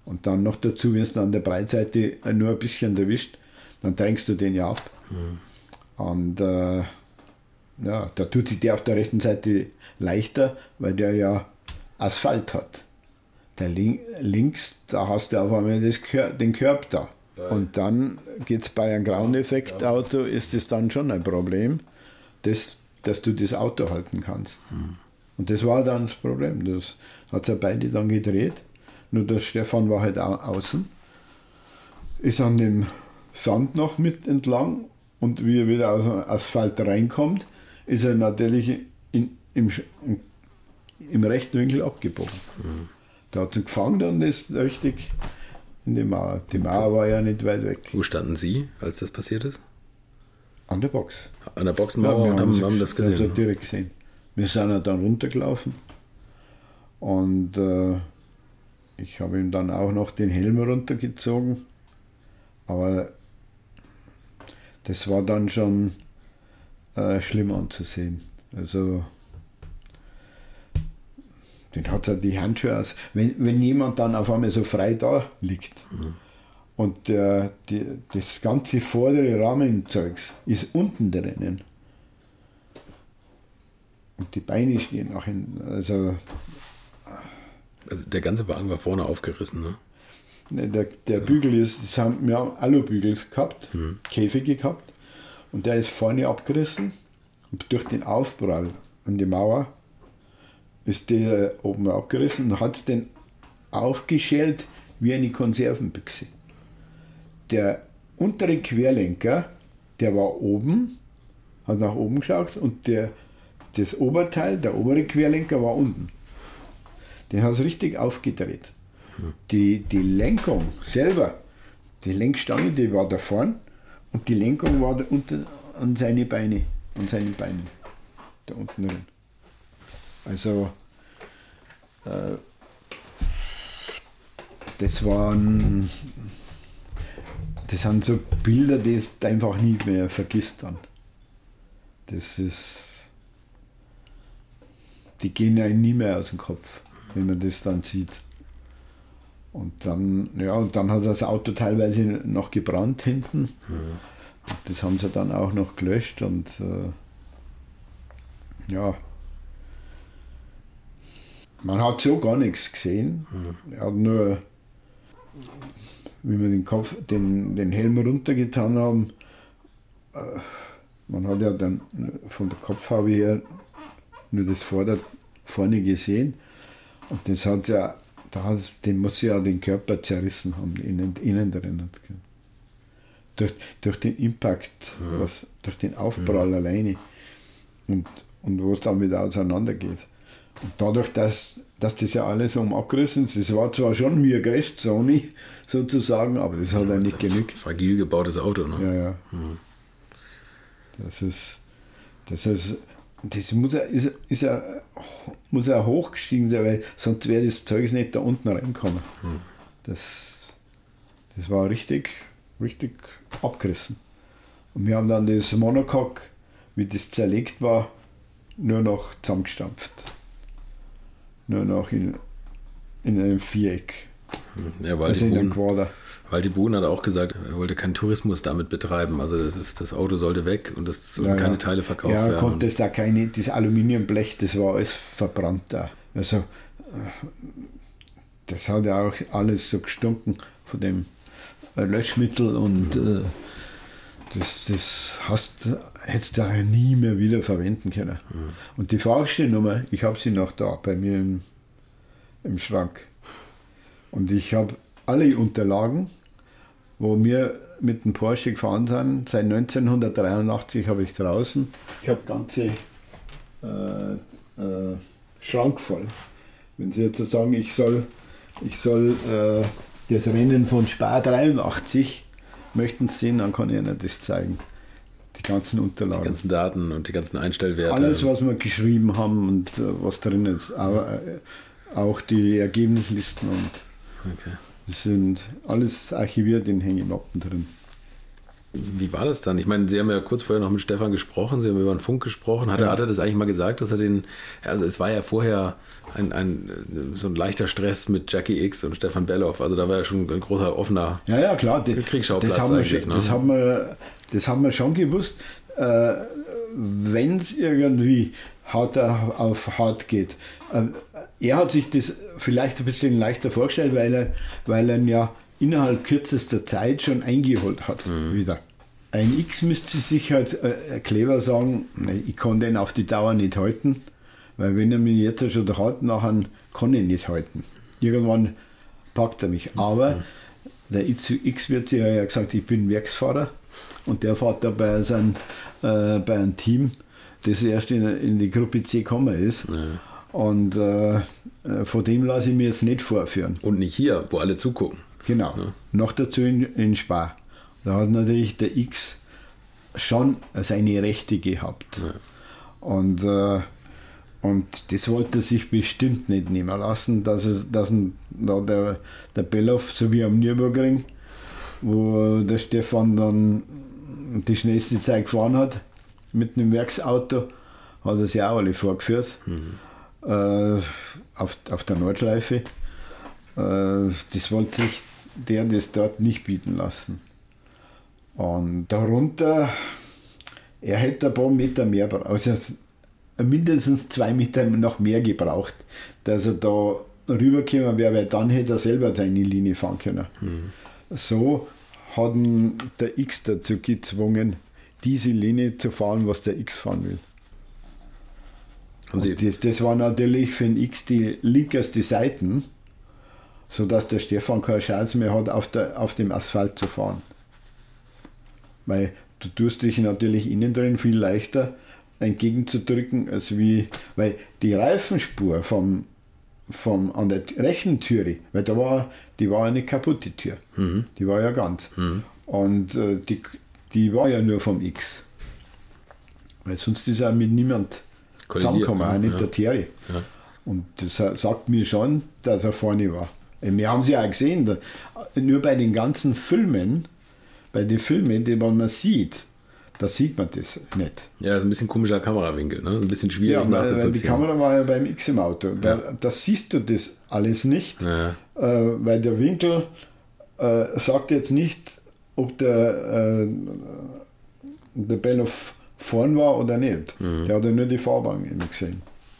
Und dann noch dazu, wenn es dann an der Breitseite nur ein bisschen erwischt, dann drängst du den ja ab. Mhm. Und äh, ja, da tut sich der auf der rechten Seite leichter, weil der ja Asphalt hat. Der Link, links, da hast du auf einmal das, den Körb da. Ja. Und dann geht es bei einem Grauen-Effekt-Auto, ist es dann schon ein Problem, dass, dass du das Auto halten kannst. Mhm. Und das war dann das Problem. Das hat ja beide dann gedreht. Nur der Stefan war halt au- außen, ist an dem Sand noch mit entlang und wie er wieder aus dem Asphalt reinkommt, ist er natürlich in, im, im rechten Winkel abgebogen. Mhm. Da hat es ihn gefangen und ist richtig in die Mauer. Die Mauer war ja nicht weit weg. Wo standen Sie, als das passiert ist? An der Box. An der Boxenmauer, ja, und haben, haben das gesehen? Wir haben das direkt gesehen. Wir sind ja dann runtergelaufen und äh, ich habe ihm dann auch noch den Helm runtergezogen, aber das war dann schon äh, schlimm anzusehen. Also den hat er die Handschuhe aus. Wenn, wenn jemand dann auf einmal so frei da liegt mhm. und der, die, das ganze vordere Rahmenzeugs ist unten drinnen und die Beine stehen nach hinten, also Also der ganze Wagen war vorne aufgerissen, ne? Der, der Bügel ist, das haben, wir haben Alubügel gehabt, mhm. Käfige gehabt, und der ist vorne abgerissen und durch den Aufprall an die Mauer ist der oben abgerissen und hat den aufgeschält wie eine Konservenbüchse. Der untere Querlenker, der war oben, hat nach oben geschaut, und der, das Oberteil, der obere Querlenker war unten. Den hat es richtig aufgedreht. Die, die Lenkung selber, die Lenkstange, die war da vorn, und die Lenkung war da unten an seine Beine, an seinen Beinen, da unten drin. Also äh, das waren, das sind so Bilder, die du einfach nie mehr vergisst dann. Das ist, die gehen einem nie mehr aus dem Kopf, wenn man das dann sieht. Und dann, ja, und dann hat das Auto teilweise noch gebrannt hinten. Mhm. Das haben sie dann auch noch gelöscht, und äh, ja, man hat so gar nichts gesehen. Mhm. Er hat nur, wie wir den Kopf, den, den Helm runtergetan haben, äh, man hat ja dann von der Kopfhaube her nur das Vorder-, vorne gesehen, und das hat ja, da hat's, den muss ja den Körper zerrissen haben, innen, innen drin. Durch, durch den Impact, ja. was, durch den Aufprall ja. alleine, und, und wo es dann wieder auseinander geht. Und dadurch, dass, dass das ja alles um abgerissen ist, das war zwar schon wie eine Restzone sozusagen, aber das hat ja, ja nicht genügt. Fragil gebautes Auto, ne? Ja, ja. Mhm. Das ist, das ist, das muss ja, ist, ist ja, muss ja hochgestiegen sein, weil sonst wäre das Zeug nicht da unten reingekommen. Mhm. Das, das war richtig, richtig abgerissen. Und wir haben dann das Monocoque, wie das zerlegt war, nur noch zusammengestampft. Nur noch in, in einem Viereck. Ja, weil also in einem Quader. Walti Buhn hat auch gesagt, er wollte keinen Tourismus damit betreiben. Also das, ist, das Auto sollte weg und es sollten ja, keine ja. Teile verkauft ja, werden. Ja, konnte es da keine, das Aluminiumblech, das war alles verbrannt da. Also das hat ja auch alles so gestunken von dem Löschmittel, und äh, das, das hast, hättest du ja nie mehr wieder verwenden können. Mhm. Und die Fahrgestellnummer, ich habe sie noch da bei mir im, im Schrank. Und ich habe alle Unterlagen, wo wir mit dem Porsche gefahren sind, seit neunzehnhundertdreiundachtzig habe ich draußen. Ich habe ganze äh, äh, Schrank voll. Wenn Sie jetzt sagen, ich soll, ich soll äh, das Rennen von Spa dreiundachtzig möchten Sie sehen, dann kann ich Ihnen das zeigen. Die ganzen Unterlagen. Die ganzen Daten und die ganzen Einstellwerte. Alles, was wir geschrieben haben und äh, was drin ist. Aber, äh, auch die Ergebnislisten, und okay. das sind alles archiviert in Hängemappen drin. Wie war das dann? Ich meine, Sie haben ja kurz vorher noch mit Stefan gesprochen, Sie haben über den Funk gesprochen. Hat, ja. er, hat er das eigentlich mal gesagt, dass er den, also es war ja vorher ein, ein, so ein leichter Stress mit Jackie X und Stefan Bellof, also da war ja schon ein großer offener ja, ja, klar. Die, Kriegsschauplatz das haben wir eigentlich. Schon, Ne? das, haben wir, das haben wir schon gewusst. Äh, wenn es irgendwie hart auf hart geht. Äh, er hat sich das vielleicht ein bisschen leichter vorgestellt, weil er, weil er ihn ja innerhalb kürzester Zeit schon eingeholt hat mhm. wieder. Ein X müsste sich halt äh, clever sagen, ich kann den auf die Dauer nicht halten, weil wenn er mich jetzt schon hat, nachher kann ich ihn nicht halten. Irgendwann packt er mich. Aber mhm. der X wird sich ja gesagt, ich bin Werksfahrer und der fährt da bei, seinem, äh, bei einem Team, das erst in, in die Gruppe C gekommen ist. Ja. Und äh, von dem lasse ich mir jetzt nicht vorführen. Und nicht hier, wo alle zugucken. Genau, ja. Noch dazu in, in Spa. Da hat natürlich der X schon seine Rechte gehabt. Ja. Und, äh, und das wollte er sich bestimmt nicht nehmen lassen, dass, es, dass ein, da der, der Bellof, so wie am Nürburgring, wo der Stefan dann die schnellste Zeit gefahren hat, mit einem Werksauto, hat er sich auch alle vorgeführt, mhm. äh, auf, auf der Nordschleife. Äh, das wollte sich der das dort nicht bieten lassen. Und darunter, er hätte ein paar Meter mehr, also mindestens zwei Meter noch mehr gebraucht, dass er da rübergekommen wäre, weil dann hätte er selber seine Linie fahren können. Mhm. So hat ihn der X dazu gezwungen, diese Linie zu fahren, was der X fahren will. Und das, das war natürlich für den X die linkerste Seiten, sodass der Stefan keine Chance mehr hat, auf, der, auf dem Asphalt zu fahren. Weil du tust dich natürlich innen drin viel leichter entgegenzudrücken, als wie, weil die Reifenspur vom, vom, an der rechten Türe, weil da war, die war eine kaputte Tür, mhm. die war ja ganz. Mhm. Und äh, die, die war ja nur vom X. Weil sonst ist er mit niemand zusammengekommen, auch nicht ja. der Thierry. Ja. Und das sagt mir schon, dass er vorne war. Wir haben sie auch gesehen, da, nur bei den ganzen Filmen, bei den Filmen, die man sieht, da sieht man das nicht. Ja, das ist ein bisschen komischer Kamerawinkel, ne? Ein bisschen schwierig ja, nachzuvollziehen. Weil die Kamera war ja beim X im Auto. Da, ja. da siehst du das alles nicht, ja. äh, weil der Winkel äh, sagt jetzt nicht, ob der, äh, der Bellof vorn war oder nicht. Mhm. Der hat ja nur die Fahrbahn gesehen.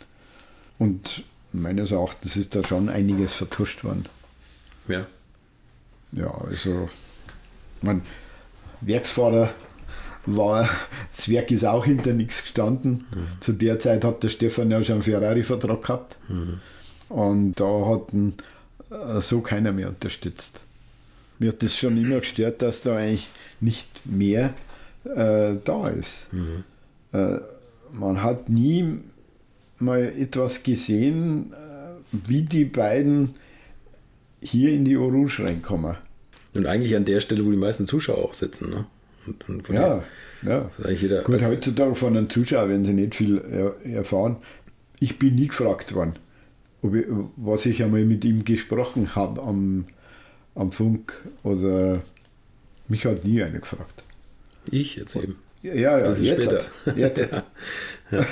Und meines Erachtens ist da schon einiges vertuscht worden. Ja. Ja, also, man, Werksfahrer war, das Werk ist auch hinter nichts gestanden. Mhm. Zu der Zeit hat der Stefan ja schon einen Ferrari-Vertrag gehabt. Mhm. Und da hat ihn so keiner mehr unterstützt. Mir hat das schon immer gestört, dass da eigentlich nicht mehr äh, da ist. Mhm. Äh, man hat nie mal etwas gesehen, wie die beiden hier in die Eau Rouge reinkommen. Und eigentlich an der Stelle, wo die meisten Zuschauer auch sitzen. Ne? Und, und ja, ja. Jeder, gut, heutzutage von einem Zuschauer werden sie nicht viel er, erfahren. Ich bin nie gefragt worden, ob ich, was ich einmal mit ihm gesprochen habe am, am Funk, oder mich hat nie einer gefragt. Ich jetzt eben. Ja, ja, das ist jetzt später. Hat, jetzt. ja, ja.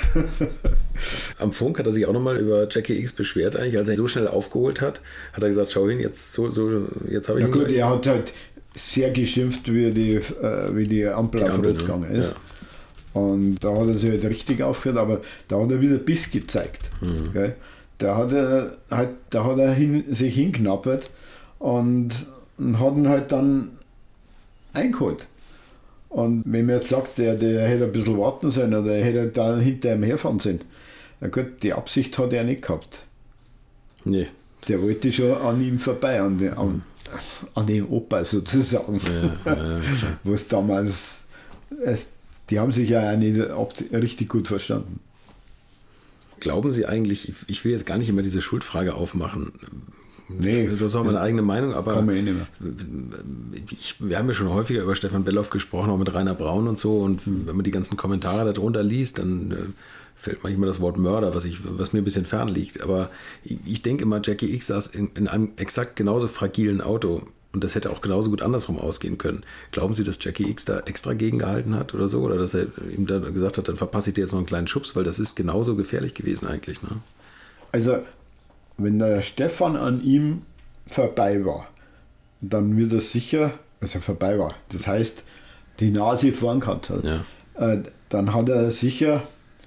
Am Funk hat er sich auch nochmal über Jackie X beschwert, eigentlich, als er ihn so schnell aufgeholt hat, hat er gesagt, schau hin, jetzt so, so jetzt habe ich ja, ihn gut, gleich. Er hat halt sehr geschimpft, wie die, äh, wie die Ampel die auf Ampel, Rot gegangen ist. Ja. Und da hat er sich halt richtig aufgehört, aber da hat er wieder Biss gezeigt. Mhm. Gell? Da hat er, halt, da hat er hin, sich hinknappert und, und hat ihn halt dann eingeholt. Und wenn man jetzt sagt, der, der hätte ein bisschen warten sollen oder er hätte da hinter ihm herfahren sollen, na gut, die Absicht hat er nicht gehabt. Nee. Der wollte schon an ihm vorbei, an, den, an, an dem Opa sozusagen. Ja, ja, ja. Wo es damals, es, die haben sich ja auch nicht richtig gut verstanden. Glauben Sie eigentlich, ich will jetzt gar nicht immer diese Schuldfrage aufmachen, nee, das ist auch meine eigene Meinung, aber kann man eh nicht mehr. Ich, wir haben ja schon häufiger über Stefan Bellof gesprochen, auch mit Rainer Braun und so, und wenn man die ganzen Kommentare darunter liest, dann äh, fällt manchmal das Wort Mörder, was, ich, was mir ein bisschen fern liegt, aber ich, ich denke immer, Jackie X saß in, in einem exakt genauso fragilen Auto Und das hätte auch genauso gut andersrum ausgehen können. Glauben Sie, dass Jackie X da extra gegengehalten hat oder so? Oder dass er ihm dann gesagt hat, dann verpasse ich dir jetzt noch einen kleinen Schubs, weil das ist genauso gefährlich gewesen eigentlich. Ne? Also, wenn der Stefan an ihm vorbei war, dann wird er sicher, also vorbei war, das heißt, die Nase vorn gehabt hat, Ja. äh, dann hat er sicher,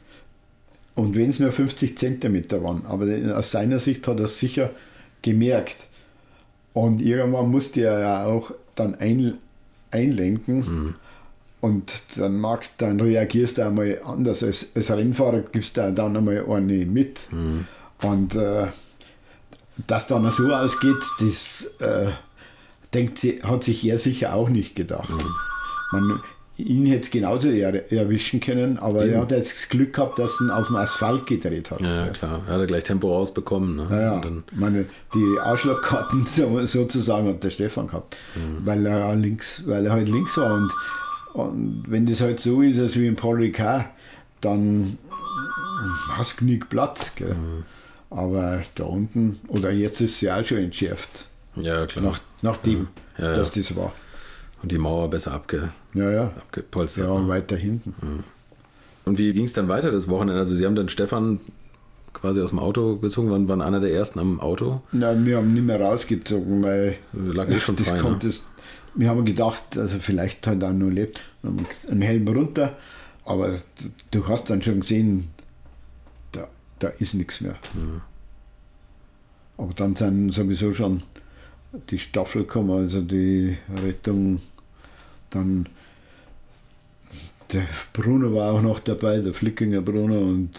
und wenn es nur fünfzig Zentimeter waren, aber aus seiner Sicht hat er es sicher gemerkt. Und irgendwann musste er ja auch dann ein, einlenken. Mhm. Und dann magst, dann reagierst du einmal anders. Als, als Rennfahrer gibst du dann einmal eine mit. Mhm. Und äh, dass dann so ausgeht, das äh, denkt sie, hat sich er sicher auch nicht gedacht. Mhm. Man, ihn hätte es genauso er, erwischen können, aber mhm. er hat jetzt das Glück gehabt, dass er ihn auf dem Asphalt gedreht hat. Ja, klar. Er hat gleich Tempo rausbekommen. Ne? Ja, ja. Und dann meine, die Ausschlagkarten sozusagen hat der Stefan gehabt, mhm. weil er links, weil er halt links war. Und, und wenn das halt so ist, als wie in Paul Ricard, dann hast du genug Platz. Gell? Mhm. Aber da unten, oder jetzt ist sie auch schon entschärft. Ja, klar. Nach, nachdem, ja. Ja, dass ja. das war. Und die Mauer besser abge, ja, ja. abgepolstert. Ja, und weiter hinten. Mhm. Und wie ging es dann weiter das Wochenende? Also Sie haben dann Stefan quasi aus dem Auto gezogen, waren, waren einer der ersten am Auto? Nein, wir haben nicht mehr rausgezogen, weil lag eh schon das frei, kommt ne? das, wir haben gedacht, also vielleicht hat er nur lebt, einen Helm runter, aber du hast dann schon gesehen, da, da ist nichts mehr. Mhm. Aber dann sind sowieso schon die Staffel gekommen, also die Rettung, dann der Bruno war auch noch dabei, der Flickinger Bruno, und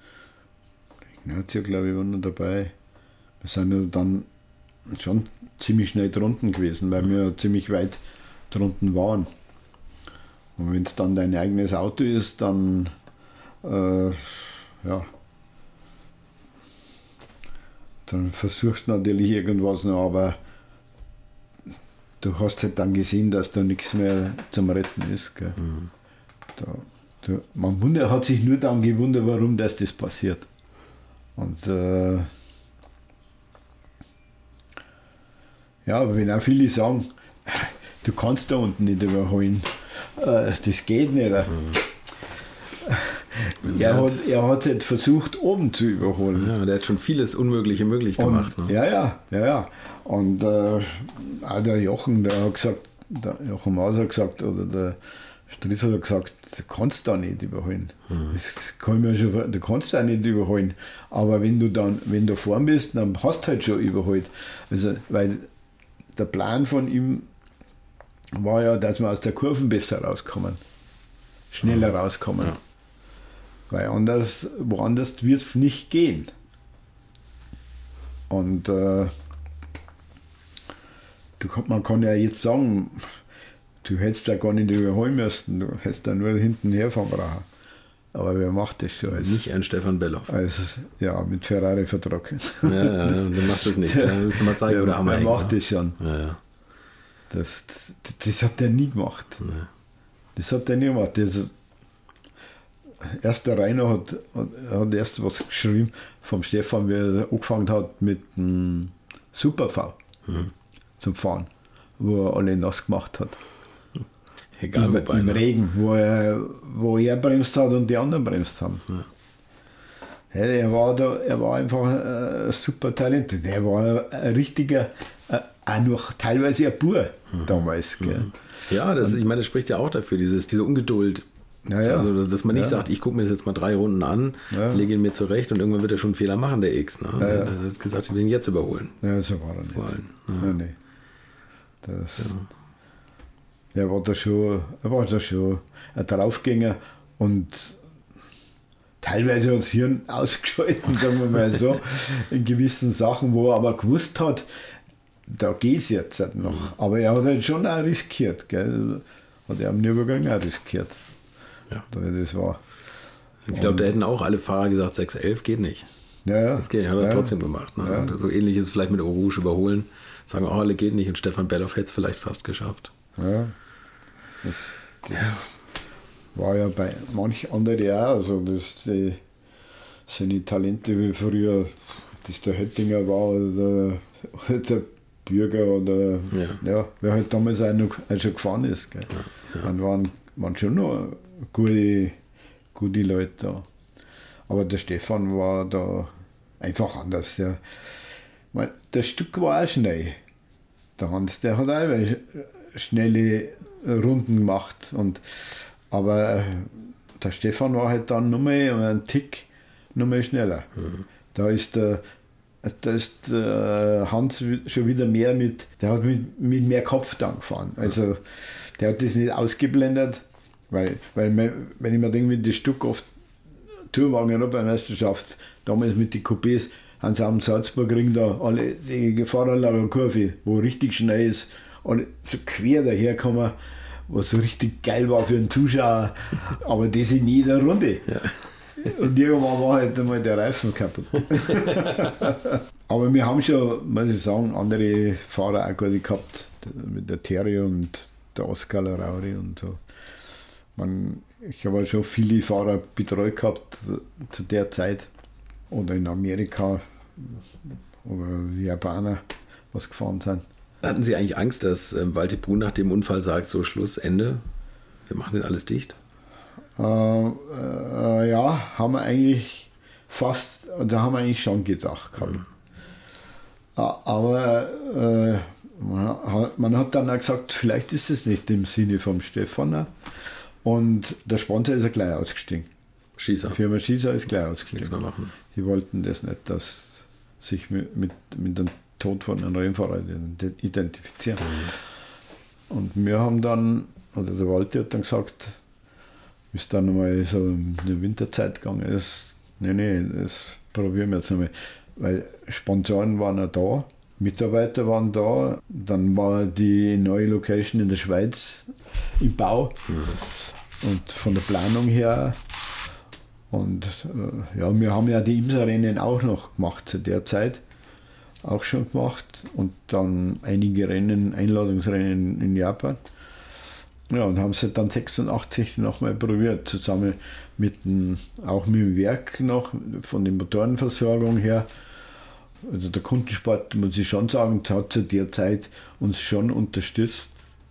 Ignazio, glaube ich, war noch dabei. Wir sind ja dann schon ziemlich schnell drunten gewesen, weil wir ja ziemlich weit drunten waren. Und wenn es dann dein eigenes Auto ist, dann äh, ja, dann versuchst du natürlich irgendwas noch, aber du hast halt dann gesehen, dass da nichts mehr zum Retten ist. Gell? Mhm. Da, da, man wundert, hat sich nur dann gewundert, warum das, das passiert. Und äh, ja, aber wenn auch viele sagen, du kannst da unten nicht überholen, äh, das geht nicht. Mhm. Er hat, er hat halt versucht, oben zu überholen. Ja, der hat schon vieles Unmögliche möglich gemacht. Und, ne? Ja, ja, ja, ja. Und äh, auch der Jochen, der hat gesagt, der Jochen Maas hat gesagt, oder der Stritzel hat gesagt, du kannst da nicht überholen. Mhm. Das kann ich mir schon, du kannst da nicht überholen. Aber wenn du dann, wenn du vorn bist, dann hast du halt schon überholt. Also, weil der Plan von ihm war ja, dass wir aus der Kurve besser rauskommen. Schneller mhm. rauskommen. Ja. Weil anders, woanders wird es nicht gehen. Und äh, du, man kann ja jetzt sagen, du hättest da gar nicht überholen müssen, du hättest da nur hinten herfahren brauchen. Aber wer macht das schon? Als, nicht ein Stefan Belloff. Als, ja, mit Ferrari-Vertrag. Ja, ja, du machst das nicht. Da müssen wir mal zeigen, ja, wo der Hammer hängt. Wer macht das schon? Ja, ja. Das, das, das hat der nie gemacht. Ja. Das hat der nie gemacht. Das, erst der Rainer hat, hat, hat erst was geschrieben vom Stefan, wie er angefangen hat mit dem Super V mhm. zum Fahren, wo er alle nass gemacht hat. Egal, Im, wobei, im ne? Regen, wo er, wo er bremst hat und die anderen bremst haben. Ja. Ja, er, war da, er war einfach ein super Talent. Der war ein richtiger, auch noch teilweise ein Bub mhm. damals. Gell? Ja, das, ich meine, das spricht ja auch dafür, dieses, diese Ungeduld. Ja, ja. Also, dass man nicht ja. sagt, ich gucke mir das jetzt mal drei Runden an, ja. lege ihn mir zurecht und irgendwann wird er schon einen Fehler machen, der X. Ne? Ja, ja. Er hat gesagt, ich will ihn jetzt überholen. Ja, so war er nicht. Vor allem, ja. Ja, nee. Das, ja. Er war da schon, er war da schon ein Draufgänger und teilweise hat das Hirn ausgeschalten, sagen wir mal so, in gewissen Sachen, wo er aber gewusst hat, da geht es jetzt halt noch. Aber er hat halt schon auch riskiert. Gell? Hat er am Nürburgring auch riskiert. Ja. Das war. Ich glaube, da hätten auch alle Fahrer gesagt, sechs elf geht nicht. Ja, ja. Das geht, hat er es ja. trotzdem gemacht. Ne? Ja. So ähnlich ist es vielleicht mit Eau Rouge überholen. Sagen auch alle geht nicht und Stefan Belloff hätte es vielleicht fast geschafft. Ja. Das, das ja. war ja bei manch anderen auch. Also das, die, seine Talente wie früher, dass der Höttinger war oder der, oder der Bürger oder Ja. ja, wer halt damals auch noch auch schon gefahren ist. Gell. Ja, ja. Dann waren, waren schon noch gute, gute Leute da. Aber der Stefan war da einfach anders. Der, mein, das Stück war auch schnell. Der Hans, der hat auch schnelle Runden gemacht. Und, aber der Stefan war halt dann nochmal einen Tick nochmal schneller. Mhm. Da ist der, da ist der Hans schon wieder mehr mit, der hat mit, mit mehr Kopf dann gefahren. Also der hat das nicht ausgeblendet, weil, weil wenn ich mir denke, wie das Stück oft Tourwagen Europameisterschaft, damals mit den Coupés, haben sie am Salzburgring da alle die Fahrerlagerkurve, wo richtig schnell ist, alle so quer daherkommen, was so richtig geil war für einen Zuschauer, aber das in jeder Runde. Ja. Und irgendwann war halt einmal der Reifen kaputt. Aber wir haben schon, muss ich sagen, andere Fahrer auch gut gehabt, mit der Terry und der Oskar Larauri und so. Man, ich habe schon viele Fahrer betreut gehabt zu der Zeit. Oder in Amerika oder die Japaner, was gefahren sind. Hatten Sie eigentlich Angst, dass ähm, Walter Brun nach dem Unfall sagt, so Schluss, Ende, wir machen den alles dicht? Äh, äh, ja, haben wir eigentlich fast, da haben wir eigentlich schon gedacht gehabt. Mhm. Aber äh, man, hat, man hat dann auch gesagt, vielleicht ist es nicht im Sinne vom Stefan. Und der Sponsor ist ja gleich ausgestiegen. Schießer. Die Firma Schießer ist gleich ausgestiegen. Nichts mehr machen. Sie wollten das nicht, dass sich mit, mit, mit dem Tod von einem Rennfahrer identifizieren. Mhm. Und wir haben dann, oder der Walter hat dann gesagt, bis dann nochmal so in der Winterzeit gegangen ist, nee, nee, das probieren wir jetzt nochmal. Weil Sponsoren waren ja da, Mitarbeiter waren da, dann war die neue Location in der Schweiz im Bau. Mhm. Und von der Planung her. Und äh, ja, wir haben ja die Imsa-Rennen auch noch gemacht zu der Zeit. Auch schon gemacht. Und dann einige Rennen, Einladungsrennen in Japan. Ja, und haben es dann sechsundachtzig nochmal probiert, zusammen mit dem, auch mit dem Werk noch, von der Motorenversorgung her. Also der Kundensport, muss ich schon sagen, hat zu der Zeit uns schon unterstützt.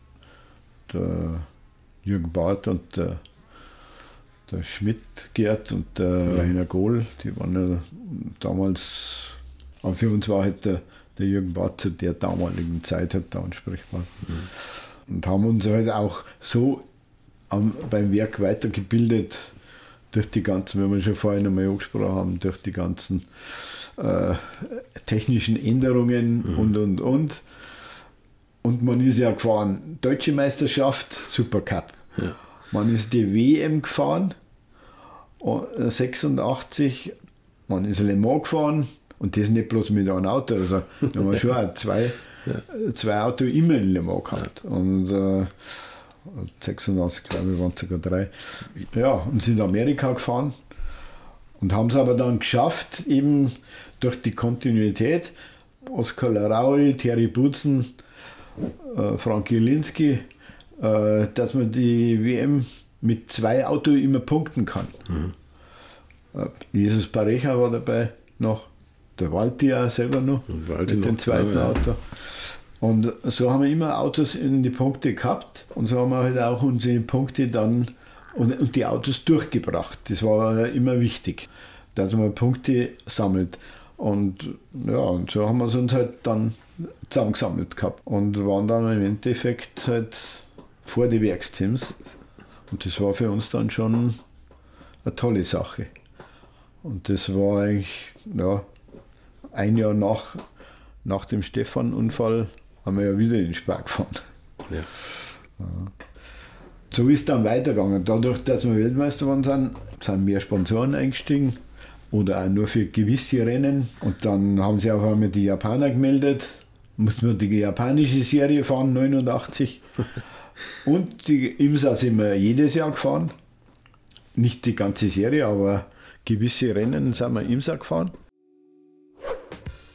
Der Jürgen Barth und der, der Schmidt Gerd und der ja. Rainer Gohl, die waren ja damals, aber für uns war halt der, der Jürgen Barth zu der damaligen Zeit halt der Ansprechpartner. Mhm. Und haben uns halt auch so am, beim Werk weitergebildet, durch die ganzen, wie wir schon vorhin einmal angesprochen haben, durch die ganzen äh, technischen Änderungen mhm. und und und. Und man ist ja gefahren, Deutsche Meisterschaft, Supercup. Ja. Man ist die W M gefahren, sechsundachtzig, man ist Le Mans gefahren und das nicht bloß mit einem Auto. Also da haben wir schon auch zwei, ja. zwei Autos immer in Le Mans gehabt. Ja. Und äh, sechsundachtzig, glaube ich, waren es sogar drei. Ja, und sind in Amerika gefahren und haben es aber dann geschafft, eben durch die Kontinuität, Oskar Larauri, Thierry Butzen, Äh, Frank Jelinski, äh, dass man die W M mit zwei Autos immer punkten kann. Mhm. Äh, Jesus Pareja war dabei noch, der Walti auch selber noch, mit dem zweiten ja, ja. Auto. Und so haben wir immer Autos in die Punkte gehabt und so haben wir halt auch unsere Punkte dann und, und die Autos durchgebracht. Das war immer wichtig, dass man Punkte sammelt. Und ja, und so haben wir es uns halt dann zusammengesammelt gehabt und waren dann im Endeffekt halt vor die Werksteams. Und das war für uns dann schon eine tolle Sache. Und das war eigentlich, ja, ein Jahr nach, nach dem Stefan-Unfall haben wir ja wieder in den Spar gefahren. Ja. Ja. So ist dann weitergegangen. Dadurch, dass wir Weltmeister waren, sind, sind mehr Sponsoren eingestiegen. Oder auch nur für gewisse Rennen. Und dann haben sie auch einmal die Japaner gemeldet. Mussten wir die japanische Serie fahren, neunundachtzig. Und die Imsa sind wir jedes Jahr gefahren. Nicht die ganze Serie, aber gewisse Rennen sind wir Imsa gefahren.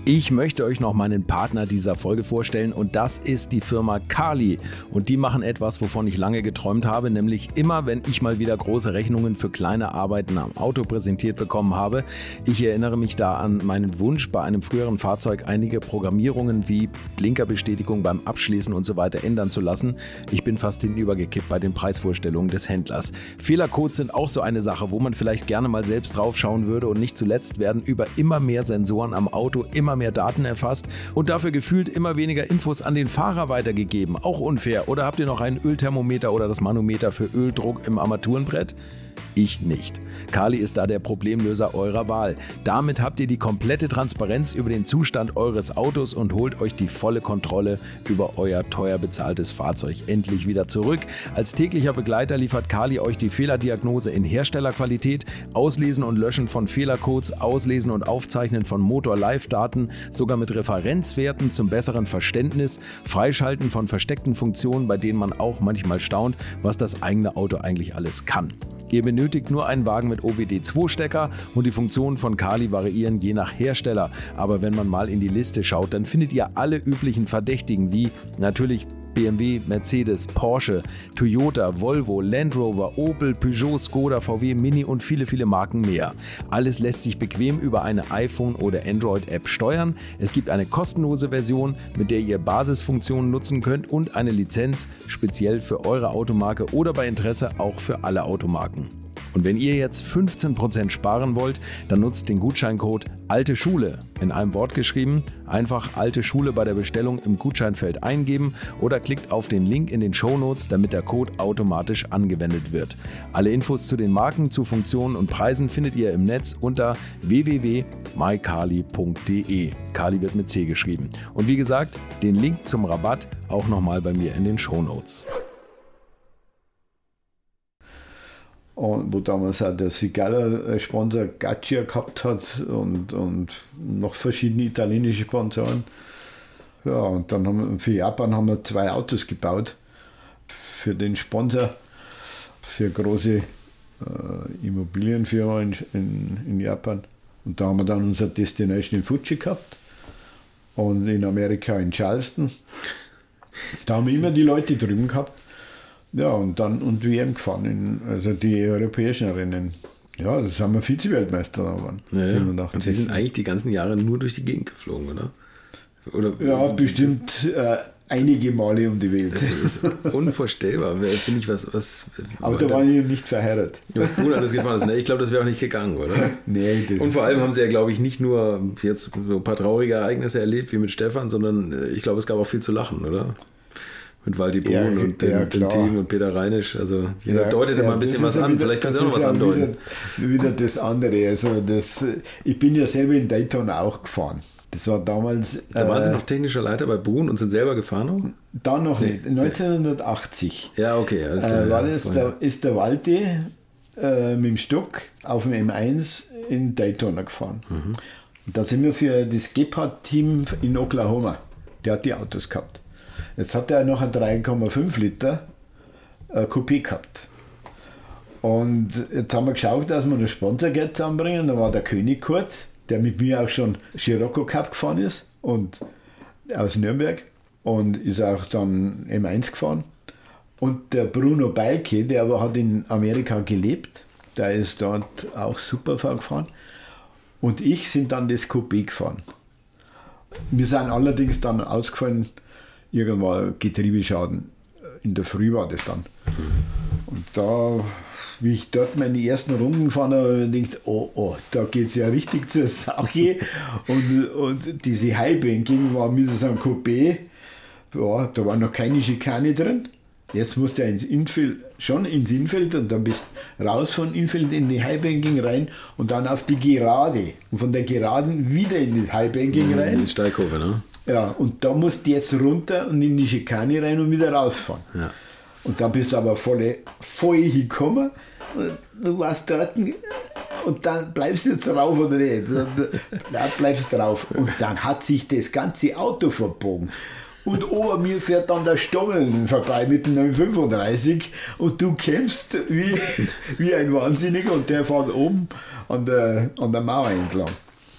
Ich möchte euch noch meinen Partner dieser Folge vorstellen und das ist die Firma Carli. Und die machen etwas, wovon ich lange geträumt habe, nämlich immer, wenn ich mal wieder große Rechnungen für kleine Arbeiten am Auto präsentiert bekommen habe. Ich erinnere mich da an meinen Wunsch, bei einem früheren Fahrzeug einige Programmierungen wie Blinkerbestätigung beim Abschließen und so weiter ändern zu lassen. Ich bin fast hinübergekippt bei den Preisvorstellungen des Händlers. Fehlercodes sind auch so eine Sache, wo man vielleicht gerne mal selbst draufschauen würde und nicht zuletzt werden über immer mehr Sensoren am Auto immer mehr Daten erfasst und dafür gefühlt immer weniger Infos an den Fahrer weitergegeben. Auch unfair. Oder habt ihr noch einen Ölthermometer oder das Manometer für Öldruck im Armaturenbrett? Ich nicht. Carli ist da der Problemlöser eurer Wahl. Damit habt ihr die komplette Transparenz über den Zustand eures Autos und holt euch die volle Kontrolle über euer teuer bezahltes Fahrzeug endlich wieder zurück. Als täglicher Begleiter liefert Carli euch die Fehlerdiagnose in Herstellerqualität, Auslesen und Löschen von Fehlercodes, Auslesen und Aufzeichnen von Motor-Live-Daten, sogar mit Referenzwerten zum besseren Verständnis, Freischalten von versteckten Funktionen, bei denen man auch manchmal staunt, was das eigene Auto eigentlich alles kann. Ihr benötigt nur einen Wagen mit O B D zwei Stecker und die Funktionen von Carli variieren je nach Hersteller. Aber wenn man mal in die Liste schaut, dann findet ihr alle üblichen Verdächtigen wie natürlich B M W, Mercedes, Porsche, Toyota, Volvo, Land Rover, Opel, Peugeot, Skoda, V W, Mini und viele, viele Marken mehr. Alles lässt sich bequem über eine iPhone- oder Android-App steuern. Es gibt eine kostenlose Version, mit der ihr Basisfunktionen nutzen könnt und eine Lizenz speziell für eure Automarke oder bei Interesse auch für alle Automarken. Und wenn ihr jetzt fünfzehn Prozent sparen wollt, dann nutzt den Gutscheincode Alte Schule, in einem Wort geschrieben, einfach Alte Schule bei der Bestellung im Gutscheinfeld eingeben oder klickt auf den Link in den Shownotes, damit der Code automatisch angewendet wird. Alle Infos zu den Marken, zu Funktionen und Preisen findet ihr im Netz unter w w w punkt my carli punkt d e. Carli wird mit C geschrieben. Und wie gesagt, den Link zum Rabatt auch nochmal bei mir in den Shownotes. Und wo damals auch der Sigala-Sponsor Gaccia gehabt hat und, und noch verschiedene italienische Sponsoren. Ja, und dann haben wir für Japan haben wir zwei Autos gebaut für den Sponsor, für große äh, Immobilienfirma in, in, in Japan. Und da haben wir dann unser Destination in Fuji gehabt und in Amerika in Charleston. Da haben wir immer die Leute drüben gehabt. Ja, und dann und W M gefahren, in, also die europäischen Rennen. Ja, da sind wir Vize-Weltmeister geworden. Ja, ja. Und Sie sind eigentlich die ganzen Jahre nur durch die Gegend geflogen, oder? oder ja, bestimmt äh, einige Male um die Welt. Das ist unvorstellbar, finde ich, was... was Aber da waren wir nicht verheiratet. Was gut alles gefahren ist. Ne? Ich glaube, das wäre auch nicht gegangen, oder? Nee, das und vor allem haben Sie ja, glaube ich, nicht nur jetzt so ein paar traurige Ereignisse erlebt, wie mit Stefan, sondern ich glaube, es gab auch viel zu lachen, oder? Mit Waldi Brun ja, und dem, ja, dem Team und Peter Reinisch. Also jeder ja, deutet ja, immer ein bisschen was an. Wieder, vielleicht können Sie auch noch was ja andeuten. Wieder, wieder das andere. Also das, ich bin ja selber in Daytona auch gefahren. Das war damals... Da waren äh, Sie noch technischer Leiter bei Brun und sind selber gefahren? Da noch nee. nicht. neunzehnhundertachtzig. Ja, okay. Alles klar, äh, war das, da ist der Waldi äh, mit dem Stock auf dem M eins in Daytona gefahren. Mhm. Und da sind wir für das Gebhardt-Team in Oklahoma. Der hat die Autos gehabt. Jetzt hat er noch ein drei Komma fünf Liter äh, Coupé gehabt. Und jetzt haben wir geschaut, dass wir einen Sponsorgeld zusammenbringen. Da war der König Kurt, der mit mir auch schon Scirocco Cup gefahren ist und aus Nürnberg und ist auch dann M eins gefahren. Und der Bruno Balke, der aber hat in Amerika gelebt, der ist dort auch Superfahr gefahren. Und ich sind dann das Coupé gefahren. Wir sind allerdings dann ausgefallen, irgendwann Getriebeschaden. In der Früh war das dann. Und da, wie ich dort meine ersten Runden gefahren habe, habe ich gedacht, oh, oh, da geht es ja richtig zur Sache. und, und diese Highbanking war mit so einem Coupé, ja, da war noch keine Schikane drin. Jetzt musst du ins Infeld, schon ins Infeld und dann bist raus von Infeld in die Highbanking rein und dann auf die Gerade. Und von der Geraden wieder in die Highbanking rein. In die Steigkurve, ne? Ja, und da musst du jetzt runter und in die Schikane rein und wieder rausfahren. Ja. Und da bist du aber voll, voll hingekommen. Du warst dort und dann bleibst du jetzt drauf oder nicht. Da bleibst du drauf. Und dann hat sich das ganze Auto verbogen. Und ober mir fährt dann der Stommel vorbei mit dem neun fünfunddreißig und du kämpfst wie, wie ein Wahnsinniger und der fährt oben an der, an der Mauer entlang.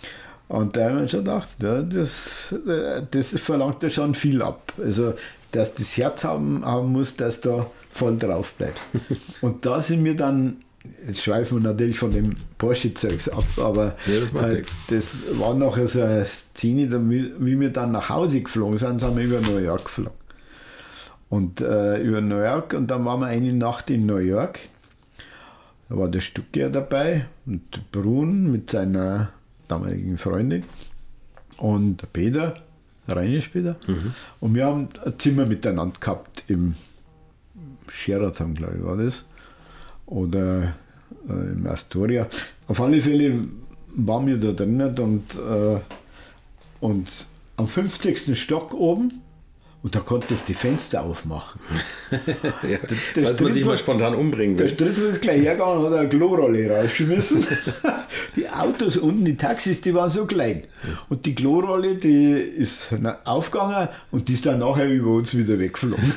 Und da haben wir schon gedacht, ja, das, das verlangt ja schon viel ab. Also, dass das Herz haben, haben muss, dass du da voll drauf bleibst. Und da sind wir dann, jetzt schweifen wir natürlich von dem Porsche-Zeugs ab, aber ja, das, äh, das war nachher so eine Szene, da, wie, wie wir dann nach Hause geflogen sind, sind wir über New York geflogen. Und äh, über New York, und dann waren wir eine Nacht in New York. Da war der Stuckier dabei und der Brun mit seiner damaligen Freundin und der Peter, der Reinisch-Peter. Mhm. Und wir haben ein Zimmer miteinander gehabt im Sheraton, glaube ich, war das. Oder äh, im Astoria. Auf alle Fälle waren wir da drinnen und, äh, und am fünfzigsten Stock oben. Und da konntest du die Fenster aufmachen. ja, der, der falls man sich mal spontan umbringen will. Der Stritzel ist gleich hergegangen und hat eine Klorolle rausgeschmissen. Die Autos unten, die Taxis, die waren so klein. Und die Klorolle, die ist aufgegangen und die ist dann nachher über uns wieder weggeflogen.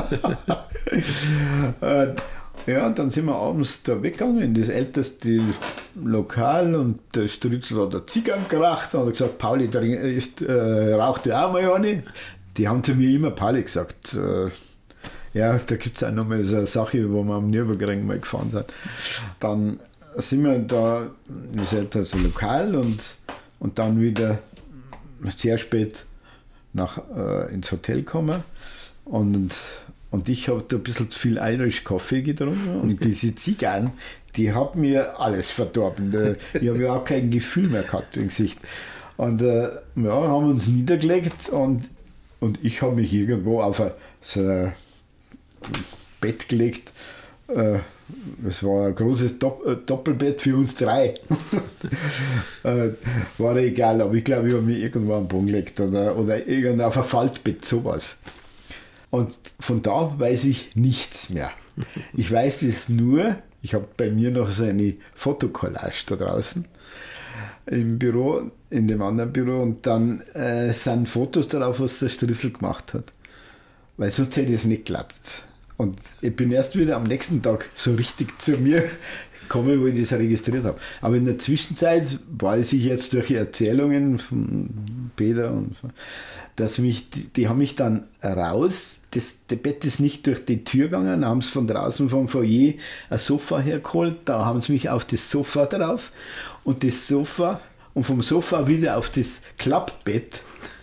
Ja, und dann sind wir abends da weggegangen in das älteste Lokal und der Stritzel hat eine Zigarre geraucht und hat gesagt, Pauli, da ist, äh, raucht ja auch mal eine. Die haben zu mir immer Pauli gesagt. Äh, ja, da gibt es auch nochmal so eine Sache, wo wir am Nürburgring mal gefahren sind. Dann sind wir da, das ist halt so lokal und, und dann wieder sehr spät nach, äh, ins Hotel gekommen. Und, und ich habe da ein bisschen zu viel Irish Coffee getrunken. Und diese Zigarren, die haben mir alles verdorben. Ich habe ja auch kein Gefühl mehr gehabt im Gesicht. Und äh, ja, haben uns niedergelegt und Und ich habe mich irgendwo auf ein, so ein Bett gelegt. Es war ein großes Doppelbett für uns drei. War egal, aber ich glaube, ich habe mich irgendwo am Boden gelegt oder, oder irgendwo auf ein Faltbett, sowas. Und von da weiß ich nichts mehr. Ich weiß das nur, ich habe bei mir noch so eine Fotokollage da draußen im Büro, in dem anderen Büro, und dann äh, sind Fotos darauf, was der Stritzel gemacht hat. Weil sonst hätte es nicht geklappt. Und ich bin erst wieder am nächsten Tag so richtig zu mir gekommen, wo ich das registriert habe. Aber in der Zwischenzeit weiß ich jetzt durch Erzählungen von Peter und so, dass mich, die, die haben mich dann raus, das, das Bett ist nicht durch die Tür gegangen, haben sie von draußen vom Foyer ein Sofa hergeholt, da haben sie mich auf das Sofa drauf und das Sofa und vom Sofa wieder auf das Klappbett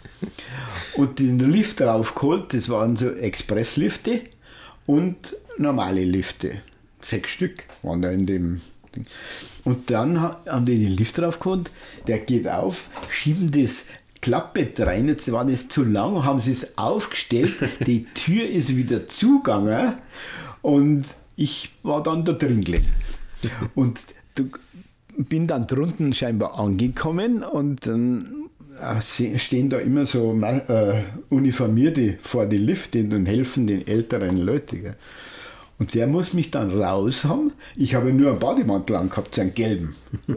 und den Lift draufgeholt, das waren so Expresslifte und normale Lifte. Sechs Stück waren da in dem Ding. Und dann haben die den Lift draufgeholt, der geht auf, schieben das Klappbett rein, jetzt war das zu lang, haben sie es aufgestellt, die Tür ist wieder zugegangen und ich war dann da drin gelegen. Und bin dann drunten scheinbar angekommen und dann stehen da immer so äh, Uniformierte vor die Lifte und helfen den älteren Leuten. Und der muss mich dann raus haben. Ich habe nur einen Bademantel angehabt, so einen gelben.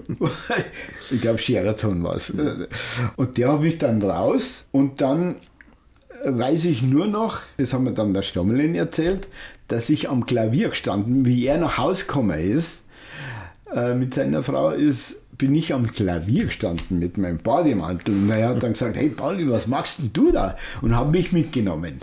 Ich glaube, Sheraton war es. Und der hat mich dann raus und dann weiß ich nur noch, das haben mir dann der Stommelin erzählt, dass ich am Klavier gestanden, wie er nach Hause gekommen ist, äh, mit seiner Frau ist, bin ich am Klavier gestanden mit meinem Bademantel. Und er hat dann gesagt, hey Pauli, was machst denn du da? Und hat mich mitgenommen.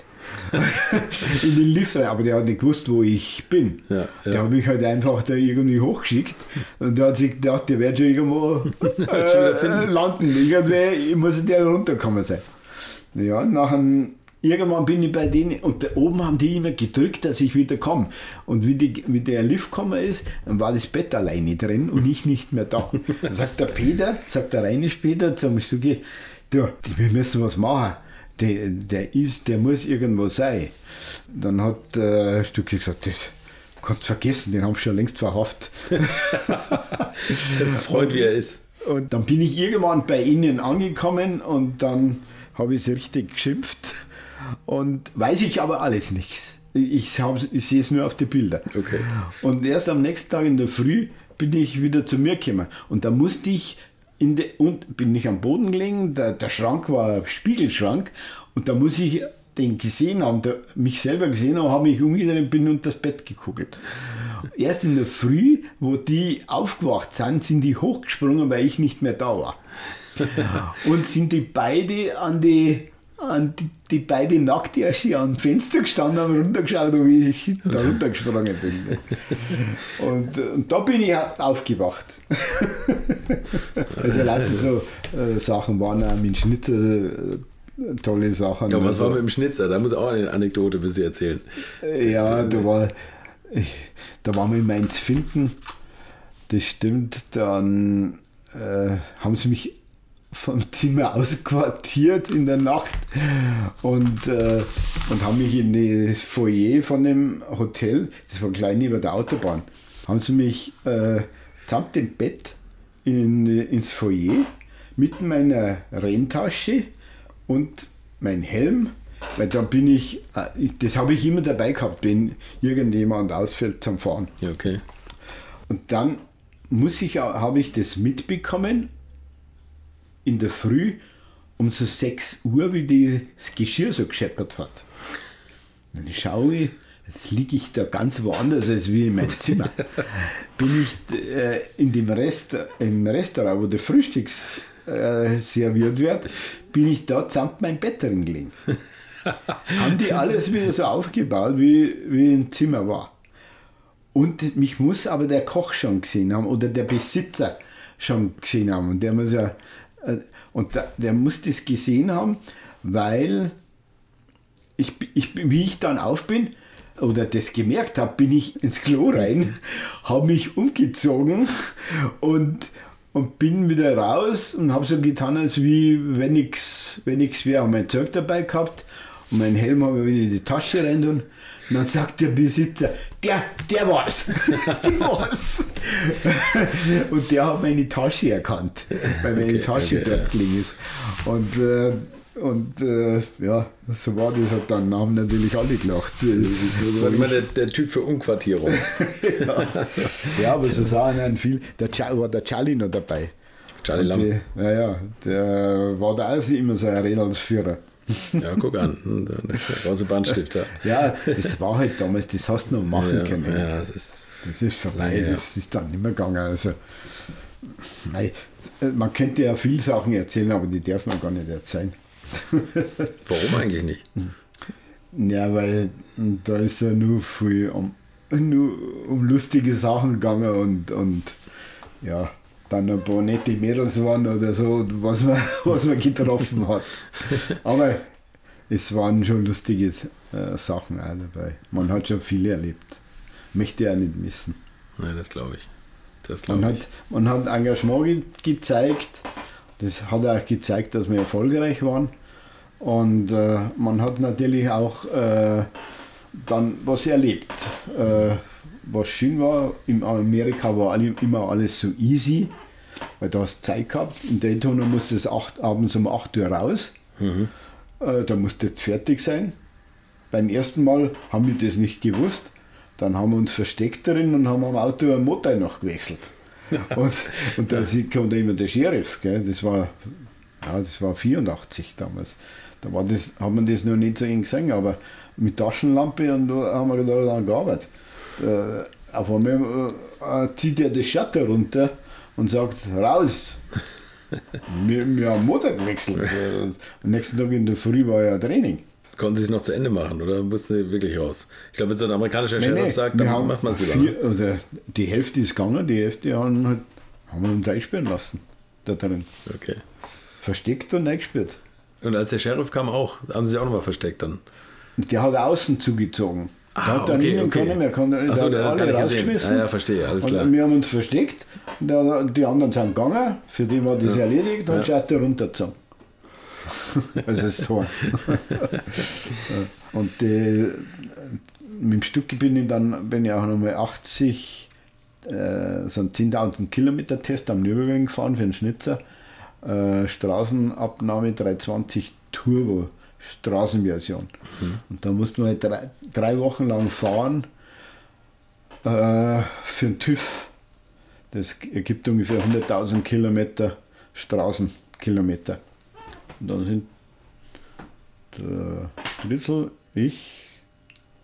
In den Lift rein, aber der hat nicht gewusst, wo ich bin. Ja, ja. Der hat mich halt einfach da irgendwie hochgeschickt und der hat sich gedacht, der wird schon irgendwo äh, landen. Irgendwie muss der runtergekommen sein. Ja, nachher, irgendwann bin ich bei denen und da oben haben die immer gedrückt, dass ich wieder komme. Und wie, die, wie der Lift gekommen ist, dann war das Bett alleine drin und ich nicht mehr da. Dann sagt der Peter, sagt der Reinisch Peter zum Stücki, du, wir müssen was machen. Der, der ist, der muss irgendwo sein. Dann hat äh, Stücki gesagt, das kannst du vergessen, den haben sie schon längst verhaftet. Freut, wie er ist. Und dann bin ich irgendwann bei ihnen angekommen und dann habe ich sie richtig geschimpft und weiß ich aber alles nichts. Ich, ich sehe es nur auf die Bilder. Okay. Und erst am nächsten Tag in der Früh bin ich wieder zu mir gekommen und da musste ich In de, und bin ich am Boden gelegen, der, der Schrank war ein Spiegelschrank und da muss ich den gesehen haben, der, mich selber gesehen haben, habe mich umgedreht und bin unter das Bett gekugelt. Erst in der Früh, wo die aufgewacht sind, sind die hochgesprungen, weil ich nicht mehr da war. Und sind die beide an die, an die, die beide Nacktärsche am Fenster gestanden, haben runtergeschaut, wie ich da runtergesprungen bin. Und, und da bin ich aufgewacht. Also lauter so äh, Sachen waren auch mit Schnitzer, äh, tolle Sachen. Ja, was also, war mit dem Schnitzer? Da muss auch eine Anekdote für Sie erzählen. Ja, da war, ich, da waren wir in Mainz-Finken. Das stimmt, dann äh, haben sie mich vom Zimmer ausquartiert in der Nacht und, äh, und haben mich in das Foyer von dem Hotel, das war klein über der Autobahn, haben sie mich äh, samt dem Bett in, ins Foyer mit meiner Renntasche und mein Helm, weil da bin ich, äh, das habe ich immer dabei gehabt, wenn irgendjemand ausfällt zum Fahren. Ja, okay. Und dann muss ich, habe ich das mitbekommen in der Früh um so sechs Uhr, wie das Geschirr so gescheppert hat. Dann schaue ich, jetzt liege ich da ganz woanders als wie in meinem Zimmer. Bin ich äh, in dem Rest, im Restaurant, wo der Frühstück äh, serviert wird, bin ich da samt mein Bett drin gelegen. Haben die alles wieder so aufgebaut, wie, wie im Zimmer war. Und mich muss aber der Koch schon gesehen haben oder der Besitzer schon gesehen haben. Und der muss ja, und der, der muss das gesehen haben, weil ich, ich, wie ich dann auf bin oder das gemerkt habe, bin ich ins Klo rein, habe mich umgezogen und, und bin wieder raus und habe so getan, als wie wenn nichts wenn nix wäre. Habe mein Zeug dabei gehabt und meinen Helm habe ich in die Tasche rein und Und dann sagt der Besitzer, der, der war's. Der war's. Und der hat meine Tasche erkannt, weil meine okay, Tasche okay, dort ja. gelegen ist. Und, äh, und äh, ja, so war das. Und dann haben natürlich alle gelacht. Das war immer der, der Typ für Umquartierung. ja. ja, aber so sahen dann viel. Der Charlie, war der Charlie noch dabei. Charlie Lamb. Ja, ja, der war da auch immer so ein Rädelsführer. Ja, guck an, das war so Bandstifter. Ja, das war halt damals, das hast du noch machen ja, können. Ja, das ist, das ist vorbei, ja. Das ist dann nicht mehr gegangen. Also, nein, man könnte ja viele Sachen erzählen, aber die darf man gar nicht erzählen. Warum eigentlich nicht? Ja, weil da ist ja nur viel um, nur um lustige Sachen gegangen und, und ja, dann ein paar nette Mädels waren oder so, was man, was man getroffen hat. Aber es waren schon lustige äh, Sachen auch dabei. Man hat schon viel erlebt. Möchte ich auch nicht missen. Nein, das glaube ich. Das glaub man, ich. Hat, man hat Engagement ge gezeigt. Das hat auch gezeigt, dass wir erfolgreich waren. Und äh, man hat natürlich auch äh, dann was erlebt. Äh, was schön war, in Amerika war alle, immer alles so easy, weil du hast Zeit gehabt. In Daytona musste es acht, abends um acht Uhr raus. Mhm. Äh, da musste es fertig sein. Beim ersten Mal haben wir das nicht gewusst. Dann haben wir uns versteckt drin und haben am Auto einen Motor noch gewechselt. Ja. Und, und da kam da immer der Sheriff. Gell? Das war, ja, das war vierundachtzig damals. Da war das, hat man das noch nicht so eng gesehen, aber mit Taschenlampe und da haben wir da dann gearbeitet. Äh, auf einmal äh, zieht er das Shutter runter und sagt, raus! wir, wir haben einen Motor gewechselt. Am nächsten Tag in der Früh war ja Training. Konnten Sie es noch zu Ende machen oder mussten Sie wirklich raus? Ich glaube, wenn so ein amerikanischer Sheriff nee, sagt, dann macht man es lieber. Vier, oder die Hälfte ist gegangen, die Hälfte haben, halt, haben wir uns einspielen lassen. Da drin. Okay. Versteckt und eingespielt. Und als der Sheriff kam auch, haben Sie sich auch nochmal versteckt dann? Der hat außen zugezogen. Ah, der hat dann okay, niemand okay. können mehr. Kann, der Achso, der hat alle gar nicht rausgeschmissen. gesehen. Ah, ja, verstehe, alles klar. Und wir haben uns versteckt. Der, die anderen sind gegangen, für die war das ja. erledigt, dann ja. schaut er runtergezogen. Also das Tor. Und die, mit dem Stück bin ich dann bin ich auch nochmal achtzig, äh, so ein zehntausend Kilometer Test am Nürburgring gefahren für einen Schnitzer. Äh, Straßenabnahme dreihundertzwanzig Turbo, Straßenversion. Mhm. Und da musste man halt drei, drei Wochen lang fahren äh, für den TÜV. Das ergibt ungefähr hunderttausend Kilometer Straßenkilometer. Und dann sind der Stritzel, ich,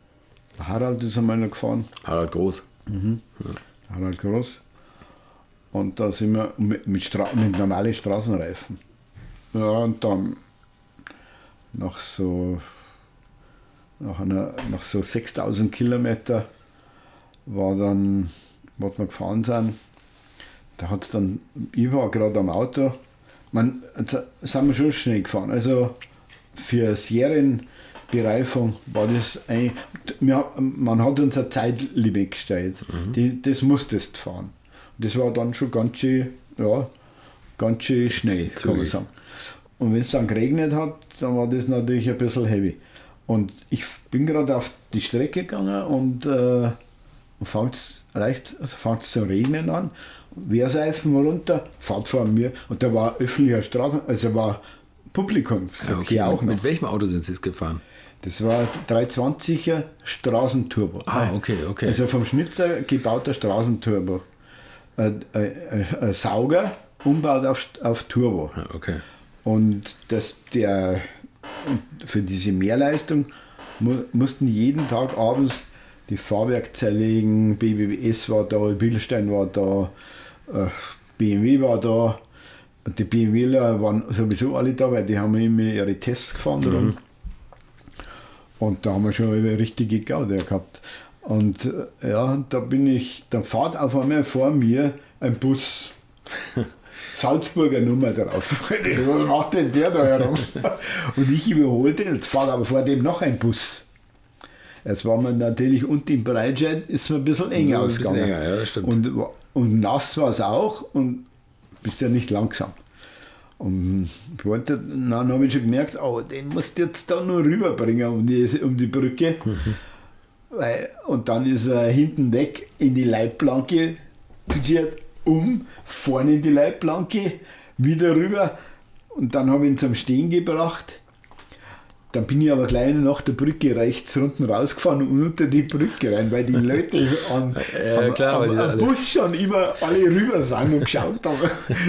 Harald ist einmal noch gefahren. Harald Groß. Mhm. Ja. Harald Groß. Und da sind wir mit, mit, Stra- mit normalen Straßenreifen. Ja, und dann nach so, nach einer, nach so sechstausend Kilometer war dann, was wir gefahren sind, da hat es dann, ich war gerade am Auto, man, da sind wir schon schnell gefahren. Also für Serienbereifung war das eigentlich, wir, man hat uns eine Zeitlimit gestellt, mhm. die, das musstest fahren. Das war dann schon ganz schön, ja, ganz schön schnell, kann man sagen. Und wenn es dann geregnet hat, dann war das natürlich ein bisschen heavy. Und ich bin gerade auf die Strecke gegangen und äh, fängt es leicht fängt's zu regnen an. Wehrseifen runter, fahrt vor mir und da war öffentlicher Straßen, also war Publikum. Ja, okay. Auch mit, mit welchem Auto sind Sie gefahren? Das war dreihundertzwanziger Straßenturbo. Ah, okay, okay. Also vom Schnitzer gebauter Straßenturbo. Ein, ein, ein Sauger umbaut auf, auf Turbo. Ah, okay. Und das, der, für diese Mehrleistung mu, mussten jeden Tag abends die Fahrwerk zerlegen, B B S war da, Bilstein war da, B M W war da. Und die BMWler waren sowieso alle da, weil die haben immer ihre Tests gefahren. Mhm. Und da haben wir schon eine richtige Gaude gehabt. Und ja, da bin ich, dann fährt auf einmal vor mir ein Bus. Salzburger Nummer drauf. Was macht denn der da herum? Und ich überholte, jetzt fährt aber vor dem noch ein Bus. Jetzt war man natürlich unten im Breitscheid, ist man ein bisschen eng ja, ausgegangen. Enger, ja, das stimmt. Und, und nass war es auch und bist ja nicht langsam. Und ich wollte, dann habe ich schon gemerkt, oh, den musst du jetzt da nur rüberbringen um die, um die Brücke. Mhm. Weil, und dann ist er hinten weg in die Leitplanke, um, vorne in die Leitplanke, wieder rüber. Und dann habe ich ihn zum Stehen gebracht. Dann bin ich aber gleich nach der Brücke rechts unten rausgefahren und unter die Brücke rein, weil die Leute an, ja, am, klar, am, am Bus schon immer alle rüber sind und geschaut haben.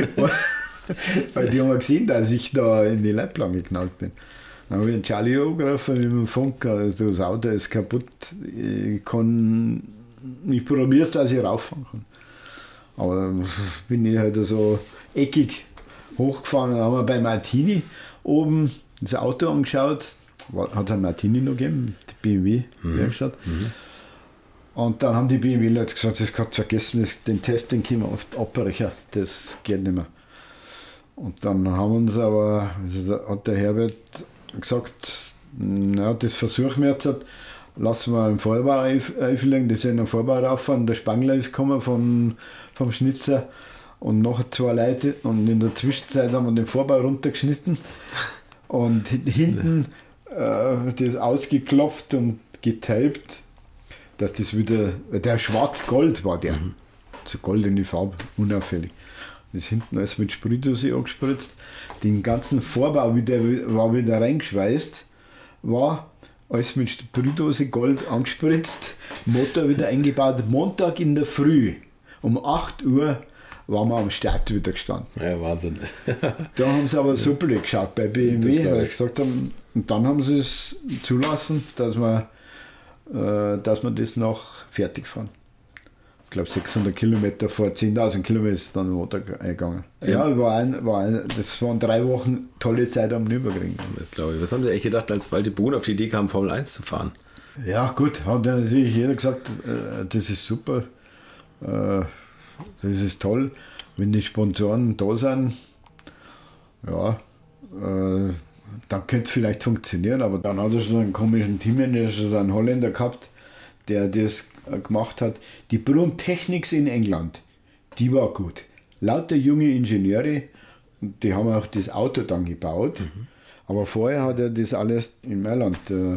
Weil die haben ja gesehen, dass ich da in die Leitplanke geknallt bin. Dann habe ich den Charlie angerufen mit dem Funker, also das Auto ist kaputt, ich kann, ich probiere es, dass ich rauffahren kann. Aber bin ich halt so eckig hochgefahren, dann haben wir bei Martini oben das Auto angeschaut, hat es ein Martini noch gegeben, die B M W-Werkstatt. Mhm. Mhm. Und dann haben die B M W-Leute gesagt, das kannst du vergessen, das, den Test, den können wir abbrechen, das geht nicht mehr. Und dann haben uns aber, also da hat der Herbert gesagt, na, das versuchen wir jetzt, lassen wir einen Vorbau einfliegen, die sind in den Vorbau rauffahren, der Spangler ist gekommen von, vom Schnitzer und noch zwei Leute und in der Zwischenzeit haben wir den Vorbau runtergeschnitten und hinten äh, das ausgeklopft und getaped, dass das wieder, der schwarz-gold war der, mhm. so goldene Farbe, unauffällig. Das hinten alles mit Sprühdose angespritzt. Den ganzen Vorbau wieder, war wieder reingeschweißt, war alles mit Sprühdose Gold angespritzt, Motor wieder eingebaut. Montag in der Früh um acht Uhr waren wir am Start wieder gestanden. Ja, Wahnsinn. Da haben sie aber so blöd geschaut bei B M W, weil sie gesagt haben, und dann haben sie es zulassen, dass wir, äh, dass wir das noch fertig fahren. Ich glaube sechshundert Kilometer vor zehntausend Kilometer ist dann der Motor eingegangen. Ja, ja war ein, war ein, das waren drei Wochen tolle Zeit am Nürburgring. Das glaube ich. Was haben Sie eigentlich gedacht, als Walter Bohn auf die Idee kam, Formel eins zu fahren? Ja gut, hat natürlich jeder gesagt, äh, das ist super, äh, das ist toll, wenn die Sponsoren da sind, ja, äh, dann könnte es vielleicht funktionieren, aber dann hat er schon einen komischen Teammanager, so einen Holländer gehabt, der das gemacht hat. Die Brum Technics in England, die war gut. Lauter junge Ingenieure, die haben auch das Auto dann gebaut, mhm. aber vorher hat er das alles in Mailand, der,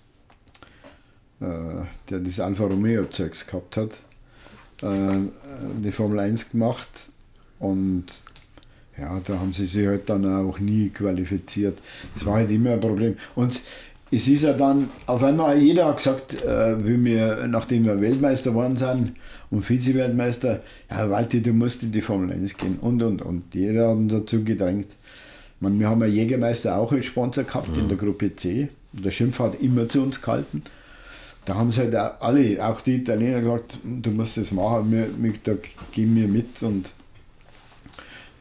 der das Alfa Romeo Zeugs gehabt hat, die Formel eins gemacht und ja, da haben sie sich halt dann auch nie qualifiziert. Das war halt immer ein Problem. Und es ist ja dann, auf einmal jeder hat gesagt, äh, wie wir, nachdem wir Weltmeister geworden sind und Vize-Weltmeister, ja Walti, du musst in die Formel eins gehen und und und. Jeder hat uns dazu gedrängt. Ich meine, wir haben ja Jägermeister auch als Sponsor gehabt mhm. in der Gruppe C. Der Schimpf hat immer zu uns gehalten. Da haben sie halt auch alle, auch die Italiener gesagt, du musst das machen, wir, wir, da gehen wir mit und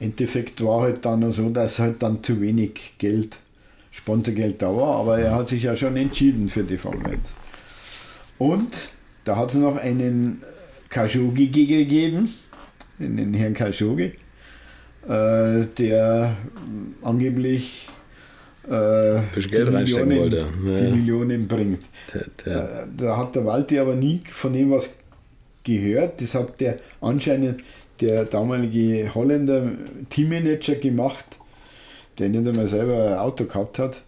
Endeffekt war halt dann so, dass halt dann zu wenig Geld, Sponsorgeld da war, aber er hat sich ja schon entschieden für die Formel eins. Und da hat es noch einen Khashoggi gegeben, den Herrn Khashoggi, äh, der angeblich äh, bisschen Geld die, reinstecken Millionen, wollte. Ja. die Millionen bringt. Der, der. Äh, da hat der Walti aber nie von dem was gehört. Das hat der anscheinend der damalige Holländer Teammanager gemacht, der nicht einmal selber ein Auto gehabt hat.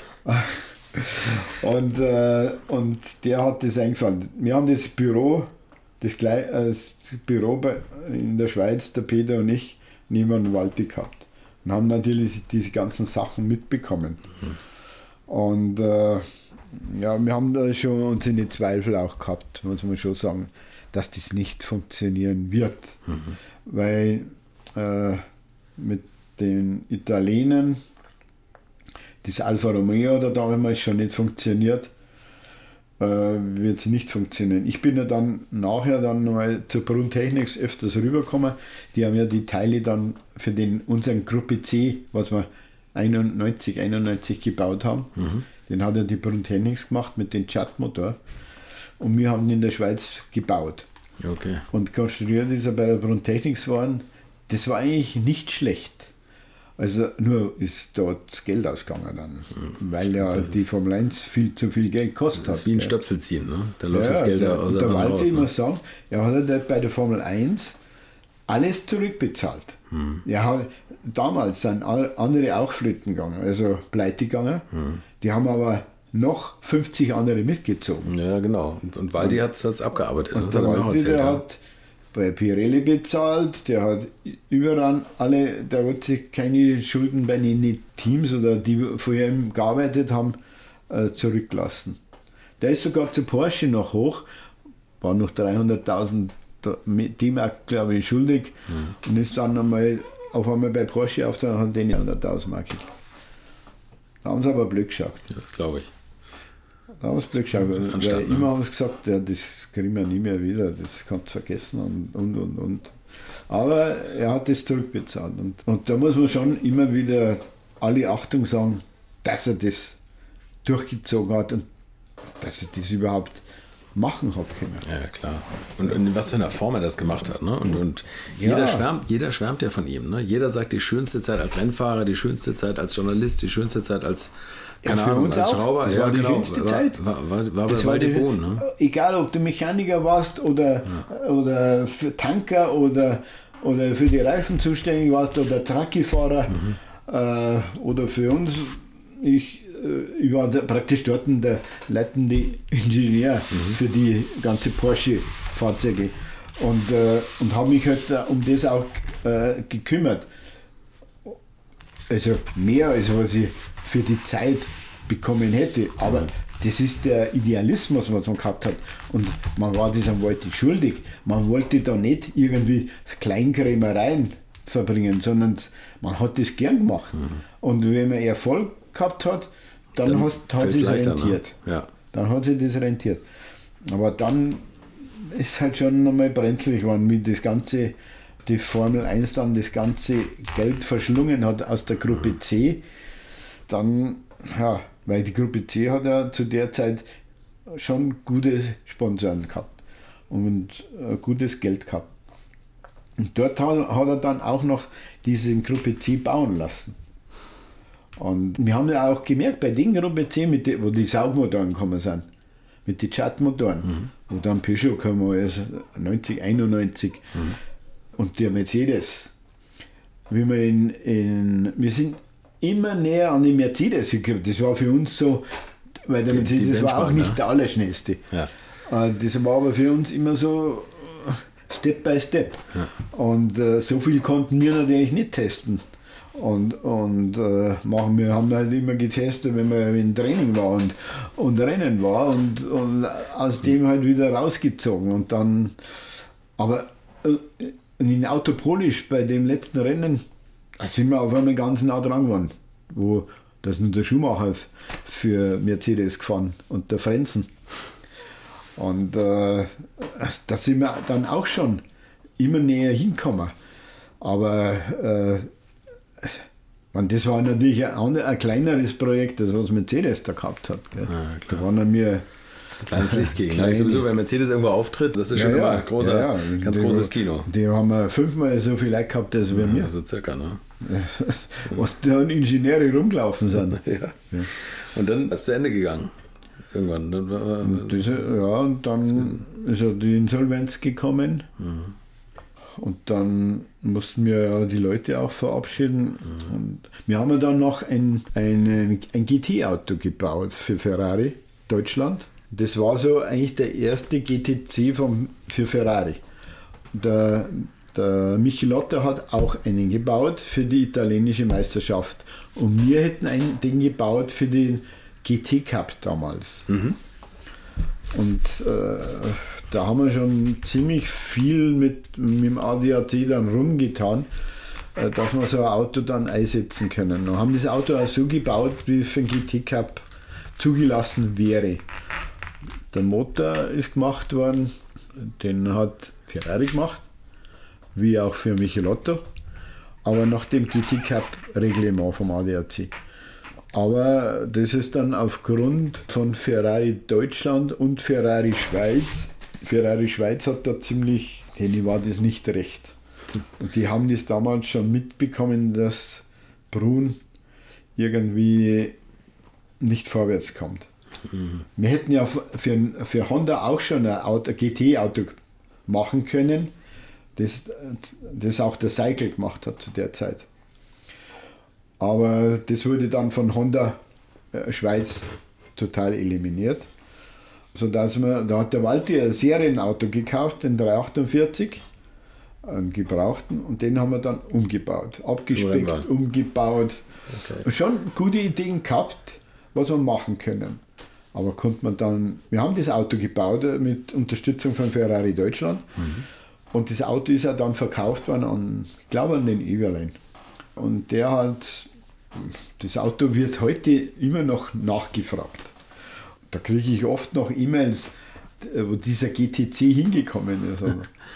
und, äh, und der hat das eingefallen. Wir haben das Büro, das, Gle- äh, das Büro bei, in der Schweiz, der Peter und ich, neben dem Walti gehabt. Und haben natürlich diese ganzen Sachen mitbekommen. Mhm. Und äh, ja, wir haben da schon unsere Zweifel auch gehabt, muss man schon sagen, dass das nicht funktionieren wird. Mhm. Weil äh, mit den Italienern das Alfa Romeo hat damals schon nicht funktioniert, äh, wird es nicht funktionieren. Ich bin ja dann nachher dann mal zur Bruntechnik öfters rübergekommen. Die haben ja die Teile dann für den unseren Gruppe C, was wir einundneunzig, einundneunzig gebaut haben, mhm. den hat ja die Bruntechnik gemacht mit dem Chat-Motor. Und wir haben ihn in der Schweiz gebaut. Okay. Und konstruiert ist er bei der Bruntechnik waren. Das war eigentlich nicht schlecht. Also nur ist dort das Geld ausgegangen dann, mhm. weil ja das die Formel eins viel zu viel Geld gekostet hat. Das ist wie ein Stöpsel ziehen, ne? Da läuft ja, das Geld der, aus der der Walti, raus. Ich muss sagen, er hat ja bei der Formel eins alles zurückbezahlt. Mhm. Er hat, damals sind andere auch flöten gegangen, also pleite gegangen. Mhm. Die haben aber noch fünfzig andere mitgezogen. Ja, genau. Und, und Walti hat es abgearbeitet. Und das der hat er Walti, erzählt, der ja. hat bei Pirelli bezahlt, der hat überall alle, der hat sich keine Schulden bei den Teams oder die vorher gearbeitet haben, äh, zurückgelassen. Der ist sogar zu Porsche noch hoch, war noch dreihunderttausend D-Mark, glaube ich, schuldig mhm. und ist dann einmal auf einmal bei Porsche auf, dann hat den hunderttausend Mark. Da haben sie aber Glück geschaut. Ja, das glaube ich. Da haben sie Glück geschaut, weil immer haben sie gesagt, ja, das kriegen wir nie mehr wieder, das kannst du vergessen und, und, und, und. Aber er hat das zurückbezahlt und, und da muss man schon immer wieder alle Achtung sagen, dass er das durchgezogen hat und dass er das überhaupt machen hat können. Ja, klar. Und, und in was für einer Form er das gemacht hat. Ne? Und, und jeder, ja. schwärmt, jeder schwärmt ja von ihm. Ne? Jeder sagt, die schönste Zeit als Rennfahrer, die schönste Zeit als Journalist, die schönste Zeit als Ja, für Ahnung, uns als auch. Schrauber. Das ja, war die genau. schönste Zeit. War, war, war das bei war die, Bohn, ne? Egal, ob du Mechaniker warst oder, ja. oder für Tanker oder, oder für die Reifen zuständig warst oder Truckifahrer mhm. äh, oder für uns. Ich, ich war praktisch dort der leitende Ingenieur mhm. für die ganze Porsche-Fahrzeuge und, äh, und habe mich halt um das auch äh, gekümmert. Also mehr als was ich für die Zeit bekommen hätte, aber mhm. das ist der Idealismus, was man gehabt hat und man war das am Walti schuldig. Man wollte da nicht irgendwie Kleinkrämereien verbringen, sondern man hat das gern gemacht mhm. und wenn man Erfolg gehabt hat, dann, dann hat, hat sich rentiert. Ne? Ja. Dann hat sich das rentiert. Aber dann ist halt schon nochmal brenzlig geworden, wie das ganze, die Formel eins dann das ganze Geld verschlungen hat aus der Gruppe C. Dann, ja, weil die Gruppe C hat ja zu der Zeit schon gute Sponsoren gehabt und äh, gutes Geld gehabt. Und dort hat, hat er dann auch noch diese Gruppe C bauen lassen. Und wir haben ja auch gemerkt, bei den Gruppe C, mit die, wo die Saugmotoren gekommen sind, mit den Chat-Motoren, mhm. wo dann Peugeot gekommen ist, neunzig, einundneunzig mhm. und der Mercedes. Wie wir, in, in, wir sind immer näher an die Mercedes gekommen. Das war für uns so, weil der Mercedes die, die war auch nicht ne? der Allerschnellste. Ja. Das war aber für uns immer so Step by Step. Ja. Und äh, so viel konnten wir natürlich nicht testen. Und, und äh, machen wir haben halt immer getestet, wenn man im Training war und, und Rennen war und, und aus dem halt wieder rausgezogen. Und dann, aber äh, in Autopolisch bei dem letzten Rennen, da sind wir auf einmal ganz nah dran geworden, wo das nur der Schumacher für Mercedes gefahren und der Frenzen. Und äh, da sind wir dann auch schon immer näher hingekommen. Aber äh, man, das war natürlich ein, ein kleineres Projekt, als was Mercedes da gehabt hat. Gell. Ja, da waren dann wir kleines Licht gegen. Kleine. Sowieso, wenn Mercedes irgendwo auftritt, das ist schon ja, immer ein großer, ja, ja. ganz die, großes Kino. Die haben wir fünfmal so viel Leute gehabt, als wir. Ja, so circa, ne? Was da an Ingenieure rumgelaufen sind. Ja. Ja. Und dann ist es zu Ende gegangen. Irgendwann. Dann war, und das, ja, und dann ist ja die Insolvenz gekommen. Mhm. Und dann mussten wir ja die Leute auch verabschieden. Mhm. Und wir haben ja dann noch ein, ein, ein G T-Auto gebaut für Ferrari Deutschland. Das war so eigentlich der erste G T C vom, für Ferrari. Der, der Michelotto hat auch einen gebaut für die italienische Meisterschaft. Und wir hätten einen, den gebaut für den G T Cup damals. Mhm. Und äh, da haben wir schon ziemlich viel mit, mit dem A D A C dann rumgetan, äh, dass wir so ein Auto dann einsetzen können. Und haben das Auto auch so gebaut, wie es für den G T Cup zugelassen wäre. Der Motor ist gemacht worden, den hat Ferrari gemacht, wie auch für Michelotto, aber nach dem G T Cup Reglement vom A D A C. Aber das ist dann aufgrund von Ferrari Deutschland und Ferrari Schweiz. Ferrari Schweiz hat da ziemlich, denen war das nicht recht. Und die haben das damals schon mitbekommen, dass Brunn irgendwie nicht vorwärts kommt. Mhm. Wir hätten ja für, für Honda auch schon ein, Auto, ein G T-Auto machen können, das, das auch der Cycle gemacht hat zu der Zeit. Aber das wurde dann von Honda äh, Schweiz total eliminiert. Sodass man, da hat der Walti ein Serienauto gekauft, den dreihundertachtundvierzig, einen gebrauchten, und den haben wir dann umgebaut. Abgespeckt, umgebaut. Okay. Schon gute Ideen gehabt, was wir machen können. Aber konnte man dann, wir haben das Auto gebaut mit Unterstützung von Ferrari Deutschland. Mhm. Und das Auto ist ja dann verkauft worden an, ich glaube, an den Everlein. Und der hat, das Auto wird heute immer noch nachgefragt. Da kriege ich oft noch E-Mails, wo dieser G T C hingekommen ist.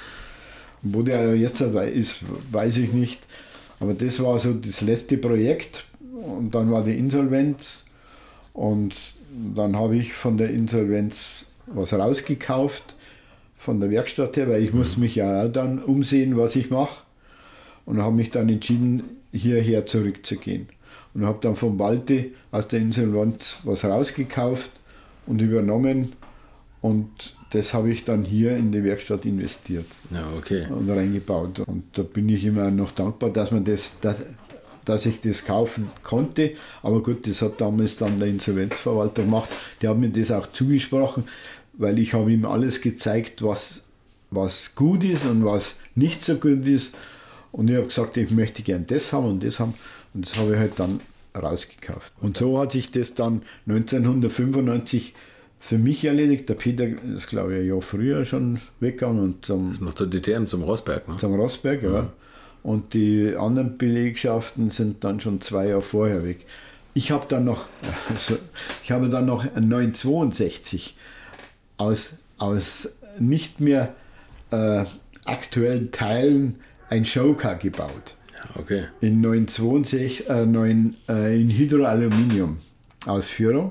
Wo der jetzt ist, weiß ich nicht. Aber das war so das letzte Projekt. Und dann war die Insolvenz. Und dann habe ich von der Insolvenz was rausgekauft, von der Werkstatt her, weil ich mhm. musste mich ja auch dann umsehen, was ich mache. Und habe mich dann entschieden, hierher zurückzugehen. Und habe dann von Walti aus der Insolvenz was rausgekauft und übernommen. Und das habe ich dann hier in die Werkstatt investiert. Ja, okay. Und reingebaut. Und da bin ich immer noch dankbar, dass man das, dass, dass ich das kaufen konnte. Aber gut, das hat damals dann der Insolvenzverwalter gemacht. Der hat mir das auch zugesprochen, weil ich habe ihm alles gezeigt, was, was gut ist und was nicht so gut ist. Und ich habe gesagt, ich möchte gern das haben und das haben. Und das habe ich halt dann rausgekauft. Und so hat sich das dann neunzehnhundertfünfundneunzig für mich erledigt. Der Peter ist, glaube ich, ein Jahr früher schon weggegangen. Und zum, das ist noch zur D T M, zum Rosberg, ne? Zum Rosberg, ja. ja. Und die anderen Belegschaften sind dann schon zwei Jahre vorher weg. Ich habe dann noch, also ich habe dann noch ein neunhundertzweiundsechzig aus, aus nicht mehr äh, aktuellen Teilen ein Showcar gebaut. Ja, okay. In neunhundertzweiundsechzig, äh, neun, äh, in Hydroaluminium Ausführung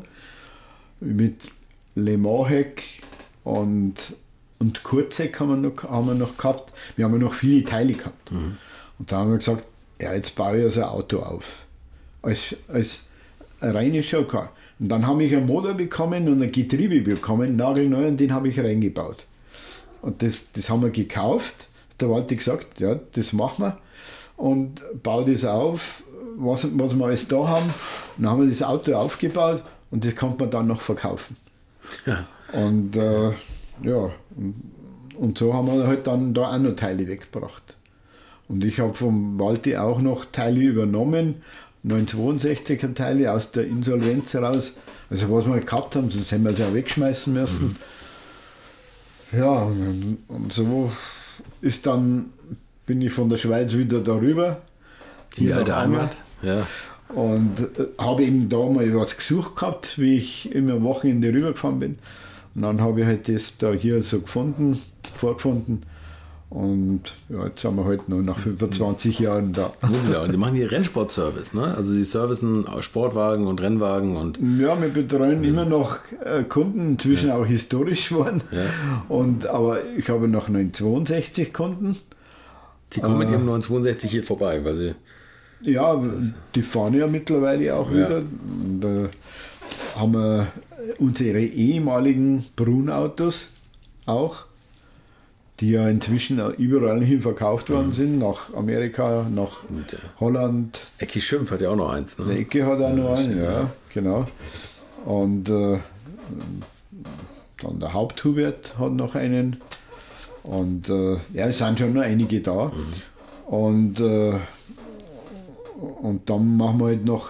mit Le Mans Heck und, und Kurzheck haben wir, noch, haben wir noch gehabt. Wir haben noch viele Teile gehabt. Mhm. Und da haben wir gesagt, ja, jetzt baue ich also ein Auto auf. Als, als eine reine Showcar. Und dann habe ich einen Motor bekommen und ein Getriebe bekommen, nagelneu, und den habe ich reingebaut. Und das, das haben wir gekauft. Der Walter gesagt, ja, das machen wir. Und baue das auf, was, was wir alles da haben. Und dann haben wir das Auto aufgebaut und das konnte man dann noch verkaufen. Ja. Und äh, ja, und, und so haben wir halt dann da auch noch Teile weggebracht. Und ich habe vom Walti auch noch Teile übernommen, neunhundertzweiundsechziger Teile aus der Insolvenz raus. Also was wir gehabt haben, sonst hätten wir es ja wegschmeißen müssen. Mhm. Ja, und, und so ist dann, bin ich von der Schweiz wieder darüber. Die alte Heimat. Ja. Und äh, habe eben da mal was gesucht gehabt, wie ich immer am Wochenende rübergefahren bin. Und dann habe ich halt das da hier so gefunden, vorgefunden. Und ja, jetzt sind wir halt noch nach fünfundzwanzig Jahren da. Und die machen hier Rennsportservice, ne? Also sie servicen Sportwagen und Rennwagen und... Ja, wir betreuen ja. immer noch äh, Kunden, inzwischen ja. auch historisch waren. Ja. Und, aber ich habe noch neunhundertzweiundsechzig Kunden. Sie kommen äh, mit ihrem neunhundertzweiundsechzig hier vorbei, weil sie... Ja, die fahren ja mittlerweile auch ja. wieder. Und, äh, haben wir unsere ehemaligen Brunautos auch, die ja inzwischen überall hin verkauft worden sind, nach Amerika, nach Holland. Ecki Schimpf hat ja auch noch eins, ne? Der Ecki hat auch noch einen, ja, genau. Und äh, dann der Haupthubert hat noch einen. Und äh, ja, es sind schon noch einige da. Mhm. Und, äh, und dann machen wir halt noch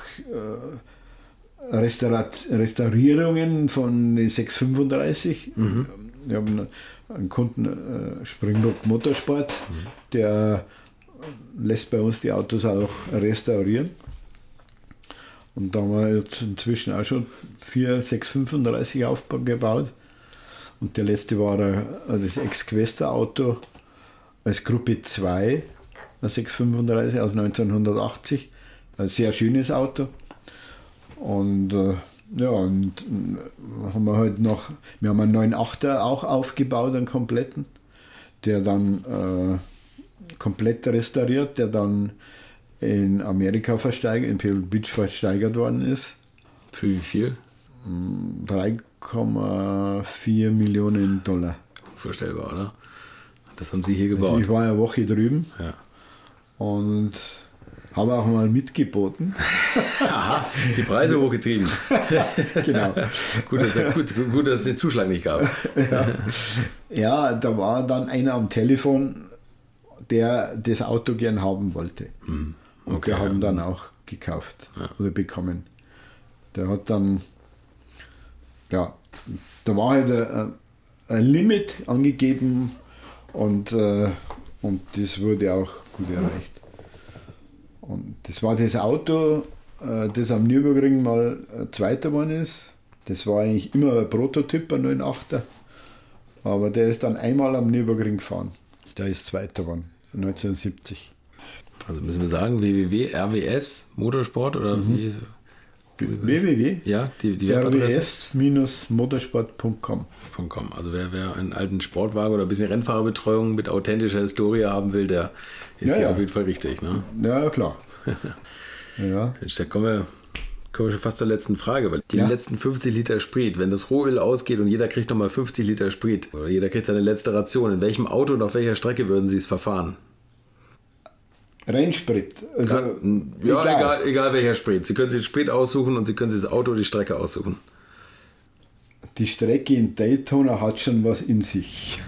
äh, Restaurat- Restaurierungen von den sechs fünfunddreißig. Mhm. Wir haben einen Kunden, äh, Springbok Motorsport, mhm. der lässt bei uns die Autos auch restaurieren. Und da haben wir jetzt inzwischen auch schon vier sechs fünfunddreißig aufgebaut. Und der letzte war das Ex-Quester-Auto als Gruppe zwei, ein sechs fünfunddreißig aus neunzehnhundertachtzig. Ein sehr schönes Auto. Und äh, ja, und äh, haben wir halt noch, wir haben einen neun achter auch aufgebaut, einen kompletten, der dann äh, komplett restauriert, der dann in Amerika versteigert, in Pebble Beach versteigert worden ist. Für wie viel? drei Komma vier Millionen Dollar. Unvorstellbar, oder? Das haben Sie hier gebaut. Also ich war eine Woche drüben ja. und habe auch mal mitgeboten. Aha, die Preise hochgetrieben. Genau. gut, dass der, gut, gut, dass es den Zuschlag nicht gab. ja. ja, da war dann einer am Telefon, der das Auto gern haben wollte. Hm. Okay, und wir haben dann auch gekauft ja. oder bekommen. Der hat dann, ja, da war halt ein, ein Limit angegeben und, äh, und das wurde auch gut erreicht. Und das war das Auto, äh, das am Nürburgring mal äh, Zweiter geworden ist. Das war eigentlich immer ein Prototyp, ein neun achter. Aber der ist dann einmal am Nürburgring gefahren. Der ist Zweiter geworden, neunzehnhundertsiebzig. Also müssen wir sagen, w w w punkt r w s Motorsport oder mhm. wie? w w w Ja, die, die r w s Bindestrich motorsport Punkt com. Also wer, wer einen alten Sportwagen oder ein bisschen Rennfahrerbetreuung mit authentischer Historie haben will, der ist ja, hier ja. auf jeden Fall richtig. Ne? Ja, klar. ja. Da kommen wir, kommen wir schon fast zur letzten Frage. Weil die ja. letzten fünfzig Liter Sprit, wenn das Rohöl ausgeht und jeder kriegt nochmal fünfzig Liter Sprit oder jeder kriegt seine letzte Ration, in welchem Auto und auf welcher Strecke würden Sie es verfahren? Rennsprit. Also, ja, egal. Egal, egal welcher Sprit. Sie können sich den Sprit aussuchen und Sie können sich das Auto oder die Strecke aussuchen. Die Strecke in Daytona hat schon was in sich.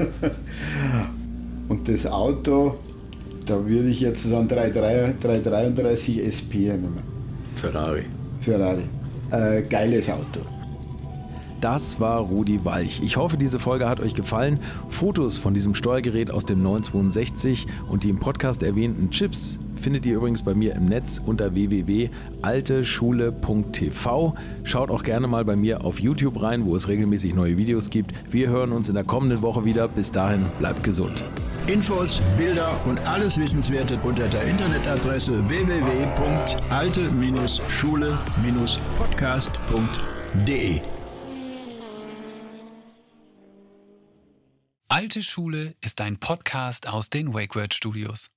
Und das Auto, da würde ich jetzt so einen drei dreiunddreißig S P nehmen. Ferrari. Ferrari. Äh, geiles Auto. Das war Rudi Walch. Ich hoffe, diese Folge hat euch gefallen. Fotos von diesem Steuergerät aus dem neunzehnhundertzweiundsechzig und die im Podcast erwähnten Chips findet ihr übrigens bei mir im Netz unter w w w punkt alte schule punkt t v. Schaut auch gerne mal bei mir auf YouTube rein, wo es regelmäßig neue Videos gibt. Wir hören uns in der kommenden Woche wieder. Bis dahin, bleibt gesund. Infos, Bilder und alles Wissenswerte unter der Internetadresse w w w punkt alte schule podcast punkt d e. Alte Schule ist ein Podcast aus den WakeWord Studios.